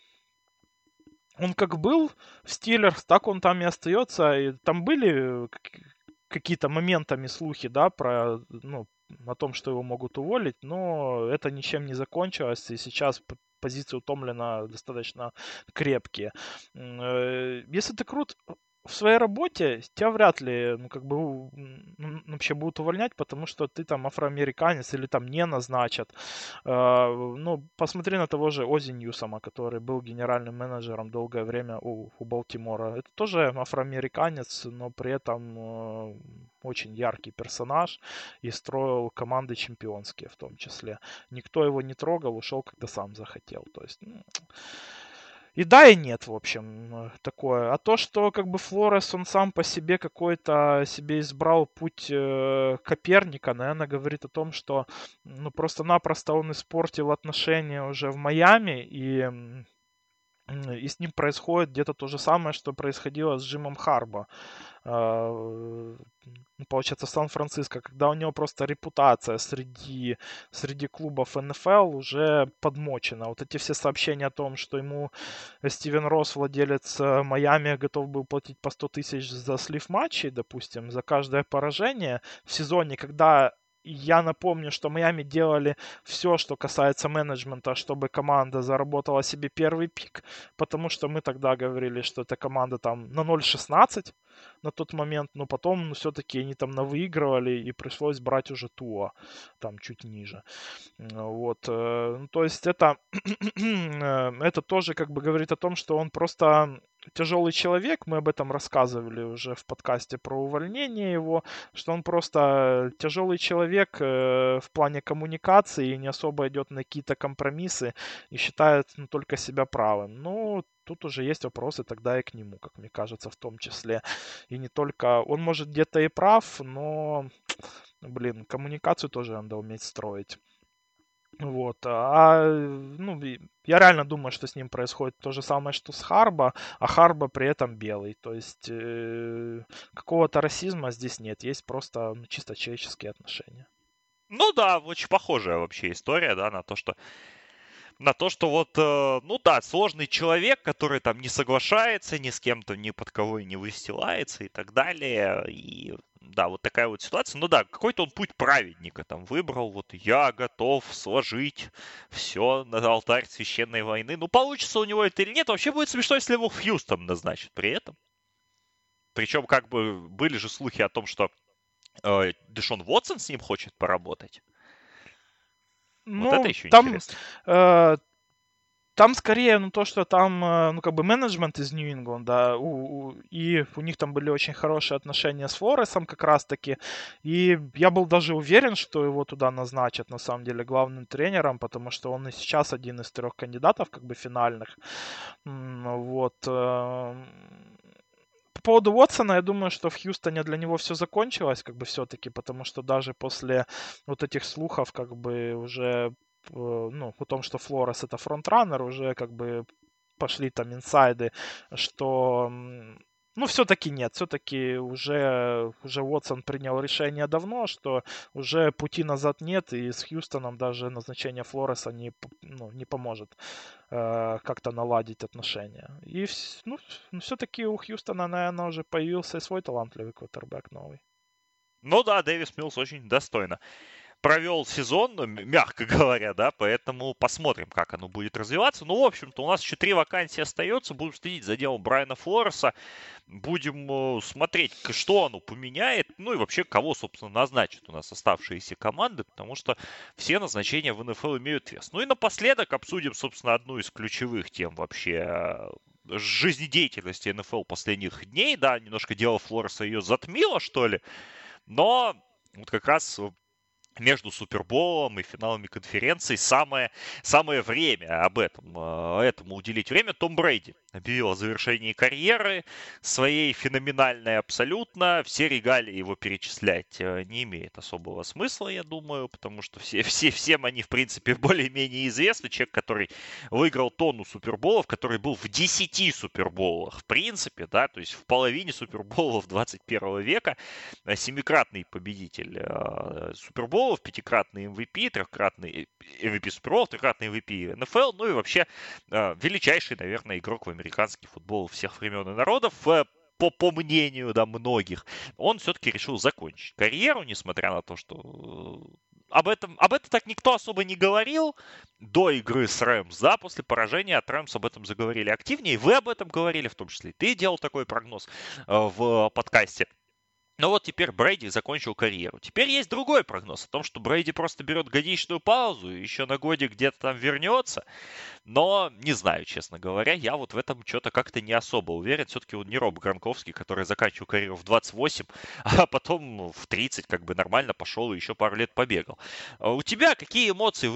Он как был в Стиллерс, так он там и остается. И там были какие-то моментами слухи, да, про, ну, о том, что его могут уволить, но это ничем не закончилось, и сейчас позиции у Томлина достаточно крепкие. Если ты крут в своей работе, тебя вряд ли, ну, как бы, ну, вообще будут увольнять, потому что ты там афроамериканец или там не назначат. Uh, ну, посмотри на того же Ози Ньюсома, который был генеральным менеджером долгое время у, у Балтимора. Это тоже афроамериканец, но при этом uh, очень яркий персонаж и строил команды чемпионские в том числе. Никто его не трогал, ушел, когда сам захотел. То есть... Ну... И да, и нет, в общем, такое. А то, что как бы Флорес, он сам по себе какой-то себе избрал путь э, Коперника, наверное, говорит о том, что ну просто-напросто он испортил отношения уже в Майами, и, и с ним происходит где-то то же самое, что происходило с Джимом Харбо. Э, получается, в Сан-Франциско, когда у него просто репутация среди, среди клубов эн эф эл уже подмочена. Вот эти все сообщения о том, что ему Стивен Росс, владелец Майами, готов был платить по сто тысяч за слив матчей, допустим, за каждое поражение в сезоне, когда... Я напомню, что Майами делали все, что касается менеджмента, чтобы команда заработала себе первый пик, потому что мы тогда говорили, что эта команда там на ноль шестнадцать на тот момент, но потом ну, все-таки они там навыигрывали и пришлось брать уже Туа там чуть ниже. Вот, то есть это, это тоже как бы говорит о том, что он просто тяжелый человек, мы об этом рассказывали уже в подкасте про увольнение его, что он просто тяжелый человек в плане коммуникации и не особо идет на какие-то компромиссы и считает ну, только себя правым. Ну, тут уже есть вопросы тогда и к нему, как мне кажется, в том числе. И не только... Он может где-то и прав, но, блин, коммуникацию тоже надо уметь строить. Вот, а, ну, я реально думаю, что с ним происходит то же самое, что с Харбо, а Харбо при этом белый. То есть э, какого-то расизма здесь нет, есть просто ну, чисто человеческие отношения. Ну да, очень похожая вообще история, да, на то, что на то, что вот, э, ну да, сложный человек, который там не соглашается ни с кем-то, ни под кого и не выстилается и так далее. И да, вот такая вот ситуация. Ну да, какой-то он путь праведника там выбрал. Вот я готов сложить все на алтарь священной войны. Ну, получится у него это или нет. Вообще будет смешно, если его в Хьюстон назначат при этом. Причем как бы были же слухи о том, что э, Дэшон Уотсон с ним хочет поработать. Вот это Ну, еще там, интересно. э, там скорее, ну, то, что там, э, ну, как бы менеджмент из Нью-Ингланда, у, у- и у них там были очень хорошие отношения с Флоресом как раз-таки, и я был даже уверен, что его туда назначат, на самом деле, главным тренером, потому что он и сейчас один из трех кандидатов, как бы, финальных. М, Вот. э, По поводу Уотсона, я думаю, что в Хьюстоне для него все закончилось, как бы все-таки, потому что даже после вот этих слухов, как бы уже, э, ну, о том, что Флорес это фронтранер, уже как бы пошли там инсайды, что, м, ну, все-таки нет, все-таки уже, уже Уотсон принял решение давно, что уже пути назад нет, и с Хьюстоном даже назначение Флореса не, п- ну, не поможет э, как-то наладить отношения. И вс- ну, все-таки у Хьюстона, наверное, уже появился и свой талантливый квотербек новый. Ну да, Дэвис Милс очень достойно провел сезон, ну, м- мягко говоря, да, поэтому посмотрим, как оно будет развиваться. Ну, в общем-то, у нас еще три вакансии остается. Будем следить за делом Брайана Флореса. Будем э, смотреть, к- что оно поменяет. Ну и вообще, кого, собственно, назначат у нас оставшиеся команды, потому что все назначения в эн эф эл имеют вес. Ну и напоследок обсудим, собственно, одну из ключевых тем вообще э, жизнедеятельности эн эф эл последних дней. Да, немножко дело Флореса ее затмило, что ли. Но вот как раз между Суперболом и финалами конференции самое, самое время об этом, э, этому уделить время. Том Брейди объявил о завершении карьеры своей феноменальной абсолютно. Все регалии его перечислять э, не имеет особого смысла, я думаю, потому что все, все, всем они, в принципе, более-менее известны. Человек, который выиграл тонну Суперболов, который был в десяти Суперболах, в принципе, да, то есть в половине Суперболов двадцать первого века. Э, Семикратный победитель э, Суперболов, пятикратный эм ви пи, трехкратный эм ви пи Суперболов, трехкратный эм ви пи эн эф эл, ну и вообще э, величайший, наверное, игрок в американский футбол всех времен и народов. Э, по, по мнению да, многих, он все-таки решил закончить карьеру, несмотря на то, что э, об этом, об этом так никто особо не говорил до игры с Рэмс, да, после поражения от Рэмс об этом заговорили активнее, вы об этом говорили, в том числе ты делал такой прогноз э, в подкасте. Но вот теперь Брейди закончил карьеру. Теперь есть другой прогноз о том, что Брейди просто берет годичную паузу и еще на годик где-то там вернется. Но не знаю, честно говоря, я вот в этом что-то как-то не особо уверен. Все-таки он не Роб Гранковский, который заканчивал карьеру в двадцать восемь, а потом в тридцать как бы нормально пошел и еще пару лет побегал. А у тебя какие эмоции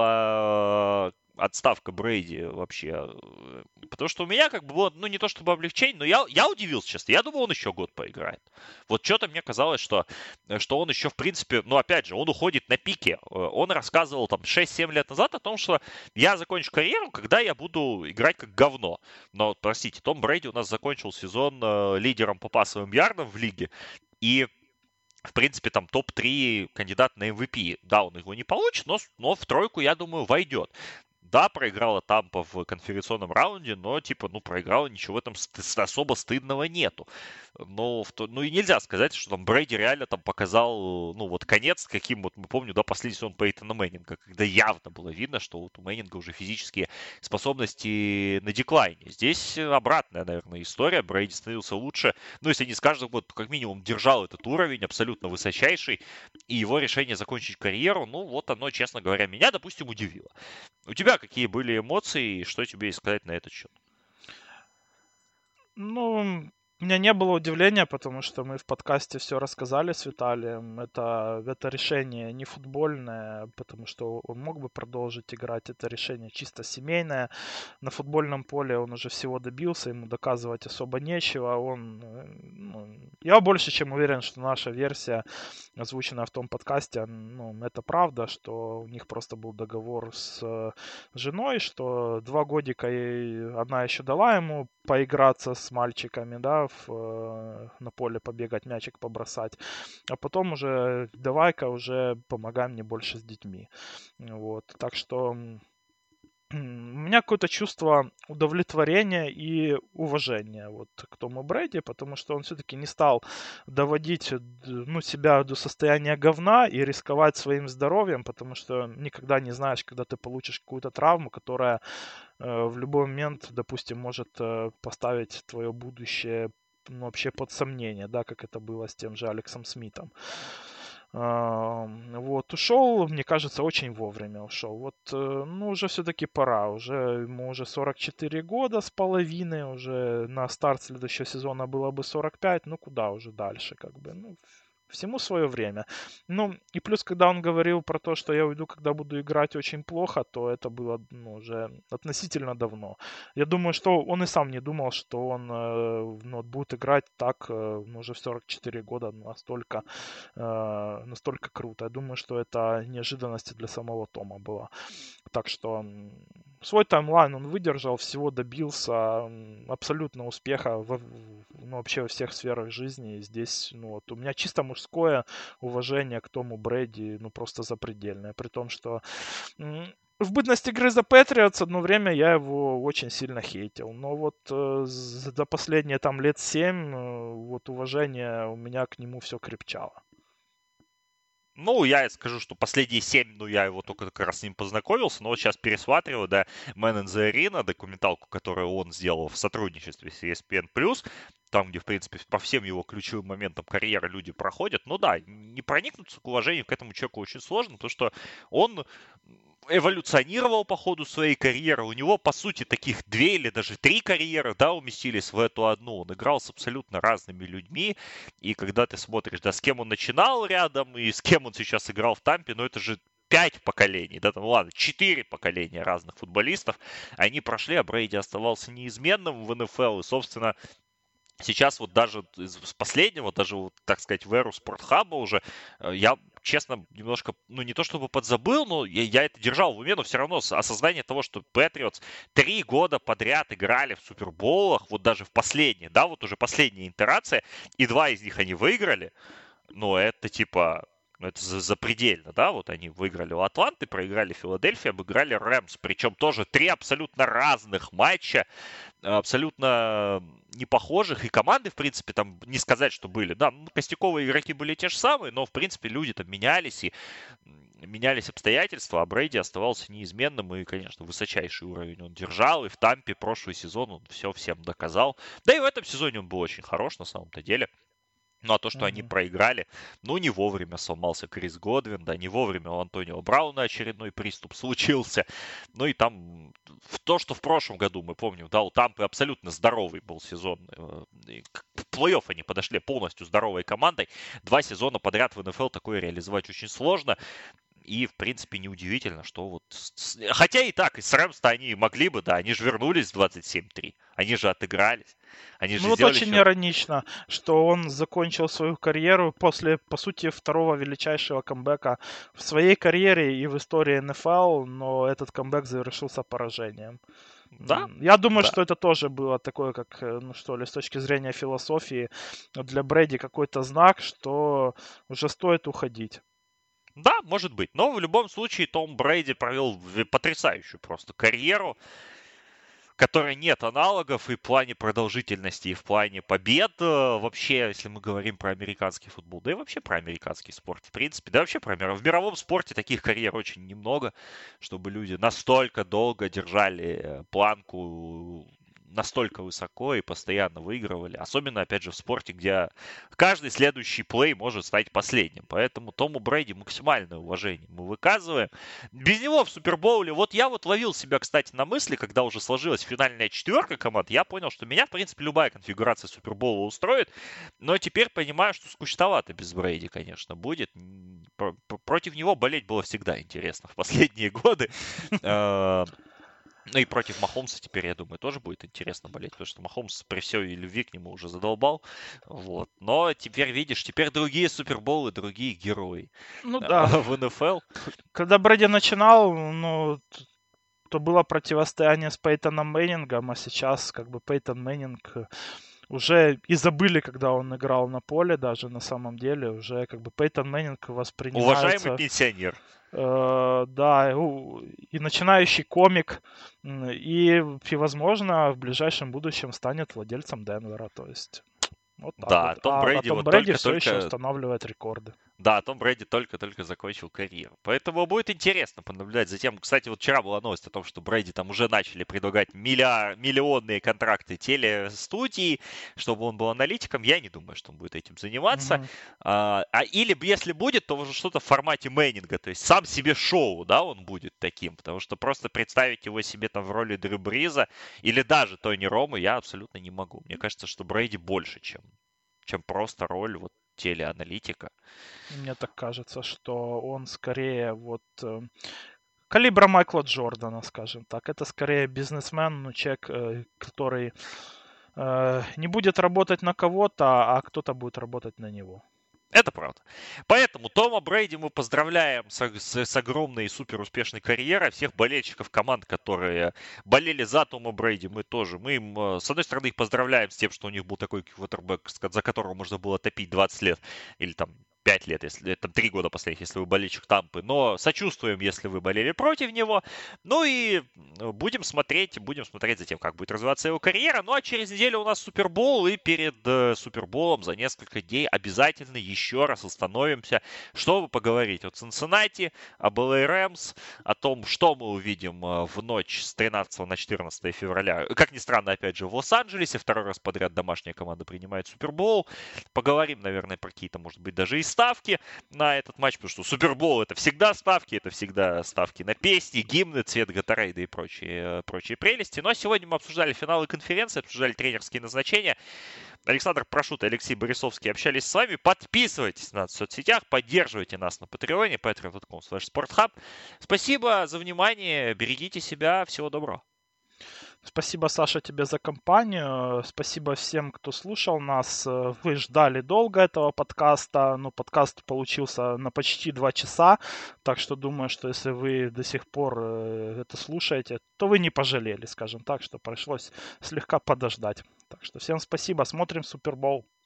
вызвала отставка Брейди вообще? Потому что у меня как бы было, ну не то чтобы облегчение, но я, я удивился, честно. Я думал, он еще год поиграет. Вот что-то мне казалось, что, что он еще, в принципе, ну опять же, он уходит на пике. Он рассказывал там шесть-семь лет назад о том, что я закончу карьеру, когда я буду играть как говно. Но, простите, Том Брейди у нас закончил сезон э, лидером по пасовым ярдам в лиге. И в принципе, там топ-три кандидат на эм ви пи. Да, он его не получит, но, но в тройку, я думаю, войдет. Да, проиграла Тампа в конференционном раунде, но, типа, ну, проиграла, ничего в этом ст- особо стыдного нету. Но, в то- ну, и нельзя сказать, что там Брейди реально там показал, ну, вот конец, каким вот мы помню, да, последний сезон Пейтона Мэннинга, когда явно было видно, что вот у Мэннинга уже физические способности на деклайне. Здесь обратная, наверное, история. Брейди становился лучше, ну, если не с каждым годом, то как минимум держал этот уровень абсолютно высочайший, и его решение закончить карьеру, ну, вот оно, честно говоря, меня, допустим, удивило. У тебя какие были эмоции и что тебе сказать на этот счет? Ну, у меня не было удивления, потому что мы в подкасте все рассказали с Виталием. Это, это решение не футбольное, потому что он мог бы продолжить играть. Это решение чисто семейное. На футбольном поле он уже всего добился, ему доказывать особо нечего. Он, э, ну, я больше чем уверен, что наша версия, озвученная в том подкасте, ну, это правда, что у них просто был договор с э, женой, что два годика ей, она еще дала ему поиграться с мальчиками, да, метров э, на поле побегать, мячик побросать. А потом уже давай-ка уже помогай мне больше с детьми. Вот. Так что у меня какое-то чувство удовлетворения и уважения вот к Тому Брэди, потому что он все-таки не стал доводить ну, себя до состояния говна и рисковать своим здоровьем, потому что никогда не знаешь, когда ты получишь какую-то травму, которая э, в любой момент, допустим, может э, поставить твое будущее ну, вообще под сомнение, да, как это было с тем же Алексом Смитом. А, Вот, ушел, мне кажется, очень вовремя ушел. Вот, э, ну, уже все-таки пора. Уже ему уже сорок четыре года с половиной, уже на старт следующего сезона было бы сорок пять, ну, куда уже дальше, как бы, ну, всему свое время. Ну, и плюс, когда он говорил про то, что я уйду, когда буду играть очень плохо, то это было, ну, уже относительно давно. Я думаю, что он и сам не думал, что он э, ну, будет играть так, э, ну, уже в сорок четыре года настолько, э, настолько круто. Я думаю, что это неожиданность для самого Тома была. Так что м, свой таймлайн он выдержал, всего добился, м, абсолютно успеха во, ну, вообще во всех сферах жизни. И здесь, ну, вот, у меня чисто мужское уважение к Тому Брэди, ну, просто запредельное. При том, что м, в бытность игры за Патриотс одно время я его очень сильно хейтил. Но вот э, за последние там лет семь э, вот уважение у меня к нему все крепчало. Ну, я скажу, что последние семь, ну, я его только как раз с ним познакомился, но вот сейчас пересматриваю, да, Man in the Arena, документалку, которую он сделал в сотрудничестве с и эс пи эн плюс, там, где, в принципе, по всем его ключевым моментам карьеры люди проходят. Ну да, не проникнуться к уважению к этому человеку очень сложно, потому что он эволюционировал по ходу своей карьеры. У него, по сути, таких две или даже три карьеры, да, уместились в эту одну. Он играл с абсолютно разными людьми. И когда ты смотришь, да, с кем он начинал рядом и с кем он сейчас играл в Тампе, ну это же пять поколений, да, там, ладно, четыре поколения разных футболистов. Они прошли, а Брейди оставался неизменным в эн эф эл. И, собственно, сейчас вот даже из последнего, даже вот, так сказать, в эру Спортхаба уже, я, честно, немножко, ну не то чтобы подзабыл, но я, я это держал в уме, но все равно осознание того, что Патриотс три года подряд играли в Супербоулах, вот даже в последней, да, вот уже последняя итерация, и два из них они выиграли, ну это типа... Ну, это запредельно, да, вот они выиграли у Атланты, проиграли Филадельфии, обыграли Рэмс, причем тоже три абсолютно разных матча, абсолютно не похожих, и команды, в принципе, там не сказать, что были, да, ну, костяковые игроки были те же самые, но, в принципе, люди там менялись, и менялись обстоятельства, а Брейди оставался неизменным, и, конечно, высочайший уровень он держал, и в Тампе прошлый сезон он все всем доказал, да и в этом сезоне он был очень хорош, на самом-то деле. Ну, а то, что они Мгм. проиграли, ну, не вовремя сломался Крис Годвин, да, не вовремя у Антонио Брауна очередной приступ случился. Ну, и там в то, что в прошлом году, мы помним, да, у Тампы абсолютно здоровый был сезон. э, и к- В плей-офф они подошли полностью здоровой командой. Два сезона подряд в эн эф эл такое реализовать очень сложно. И, в принципе, неудивительно, что вот... с- с- Хотя и так, и с Рэмс-то они могли бы, да, они же вернулись в двадцать семь три. Они же отыгрались. Они Ну же вот сделали очень еще... иронично, что он закончил свою карьеру после, по сути, второго величайшего камбэка в своей карьере и в истории эн эф эл, но этот камбэк завершился поражением. Да, М, Я думаю, да. что это тоже было такое, как, э, ну что ли, с точки зрения философии для Брэди какой-то знак, что уже стоит уходить. Да, может быть. Но в любом случае Том Брейди провел в- потрясающую просто карьеру, которой нет аналогов и в плане продолжительности, и в плане побед. э, Вообще, если мы говорим про американский футбол, да и вообще про американский спорт, в принципе, да вообще про мир. В мировом спорте таких карьер очень немного, чтобы люди настолько долго держали э, планку настолько высоко и постоянно выигрывали. Особенно, опять же, в спорте, где каждый следующий плей может стать последним. Поэтому Тому Брейди максимальное уважение мы выказываем. Без него в Супербоуле, вот я вот ловил себя, кстати, на мысли, когда уже сложилась финальная четверка команд, я понял, что меня, в принципе, любая конфигурация Супербоула устроит, но теперь понимаю, что скучновато без Брейди, конечно, будет. Про- про- Против него болеть было всегда интересно в последние годы. Э, Ну и против Махомса теперь, я думаю, тоже будет интересно болеть, потому что Махомс при всей любви к нему уже задолбал. Вот. Но теперь, видишь, теперь другие Суперболы, другие герои Ну э, да, в эн эф эл. когда Брэди начинал, ну, т- то было противостояние с Пейтоном Мэннингом, а сейчас как бы Пейтон Мэннинг уже и забыли, когда он играл на поле, даже на самом деле. Уже как бы Пейтон Мэннинг Уважаемый воспринимается... пенсионер. Э, да, у- и начинающий комик, м, и, и, возможно, в ближайшем будущем станет владельцем Денвера. То есть вот так Да, вот. Том А, а Брэди Том вот Брэди все еще только-только устанавливает рекорды. Да, Том Брэди только-только закончил карьеру. Поэтому будет интересно понаблюдать за тем. Кстати, вот вчера была новость о том, что Брэди там уже начали предлагать миллиар... миллионные контракты телестудии, чтобы он был аналитиком. Я не думаю, что он будет этим заниматься. Мгм. А, а или если будет, то уже что-то в формате Мэннинга. То есть сам себе шоу, да, он будет таким. Потому что просто представить его себе там в роли Дрю Бриза или даже Тони Ромы я абсолютно не могу. Мне кажется, что Брэди больше, чем, чем просто роль вот телеаналитика. Мне так кажется, что он скорее вот э, калибра Майкла Джордана, скажем так. Это скорее бизнесмен, ну, человек, э, который э, не будет работать на кого-то, а кто-то будет работать на него. Это правда. Поэтому Тома Брэди мы поздравляем с, с, с огромной и супер успешной карьерой. Всех болельщиков команд, которые болели за Тома Брэди, мы тоже. Мы им, э, с одной стороны, их поздравляем с тем, что у них был такой квотербек, за которого можно было топить двадцать лет. Или там пять лет, если там три года последних, если вы болельщик Тампы. Но сочувствуем, если вы болели против него. Ну и будем смотреть, будем смотреть за тем, как будет развиваться его карьера. Ну а через неделю у нас Супербол, и перед э, Суперболом за несколько дней обязательно еще раз остановимся, чтобы поговорить о Цинциннати, об эл эй Rams, о том, что мы увидим э, в ночь с тринадцатого на четырнадцатое февраля. Как ни странно, опять же, в Лос-Анджелесе второй раз подряд домашняя команда принимает Супербол. Поговорим, наверное, про какие-то, может быть, даже и ставки на этот матч, потому что Супербол — это всегда ставки, это всегда ставки на песни, гимны, цвет Гатарейда и прочие, прочие прелести. Ну а сегодня мы обсуждали финалы конференции, обсуждали тренерские назначения. Александр Прошут и Алексей Борисовский общались с вами. Подписывайтесь на нас в соцсетях, поддерживайте нас на Патреоне, patreon dot com slash sporthub. Спасибо за внимание, берегите себя, всего доброго. Спасибо, Саша, тебе за компанию. Спасибо всем, кто слушал нас. Вы ждали долго этого подкаста, но подкаст получился на почти два часа. Так что думаю, что если вы до сих пор это слушаете, то вы не пожалели, скажем так, что пришлось слегка подождать. Так что всем спасибо. Смотрим Супербол.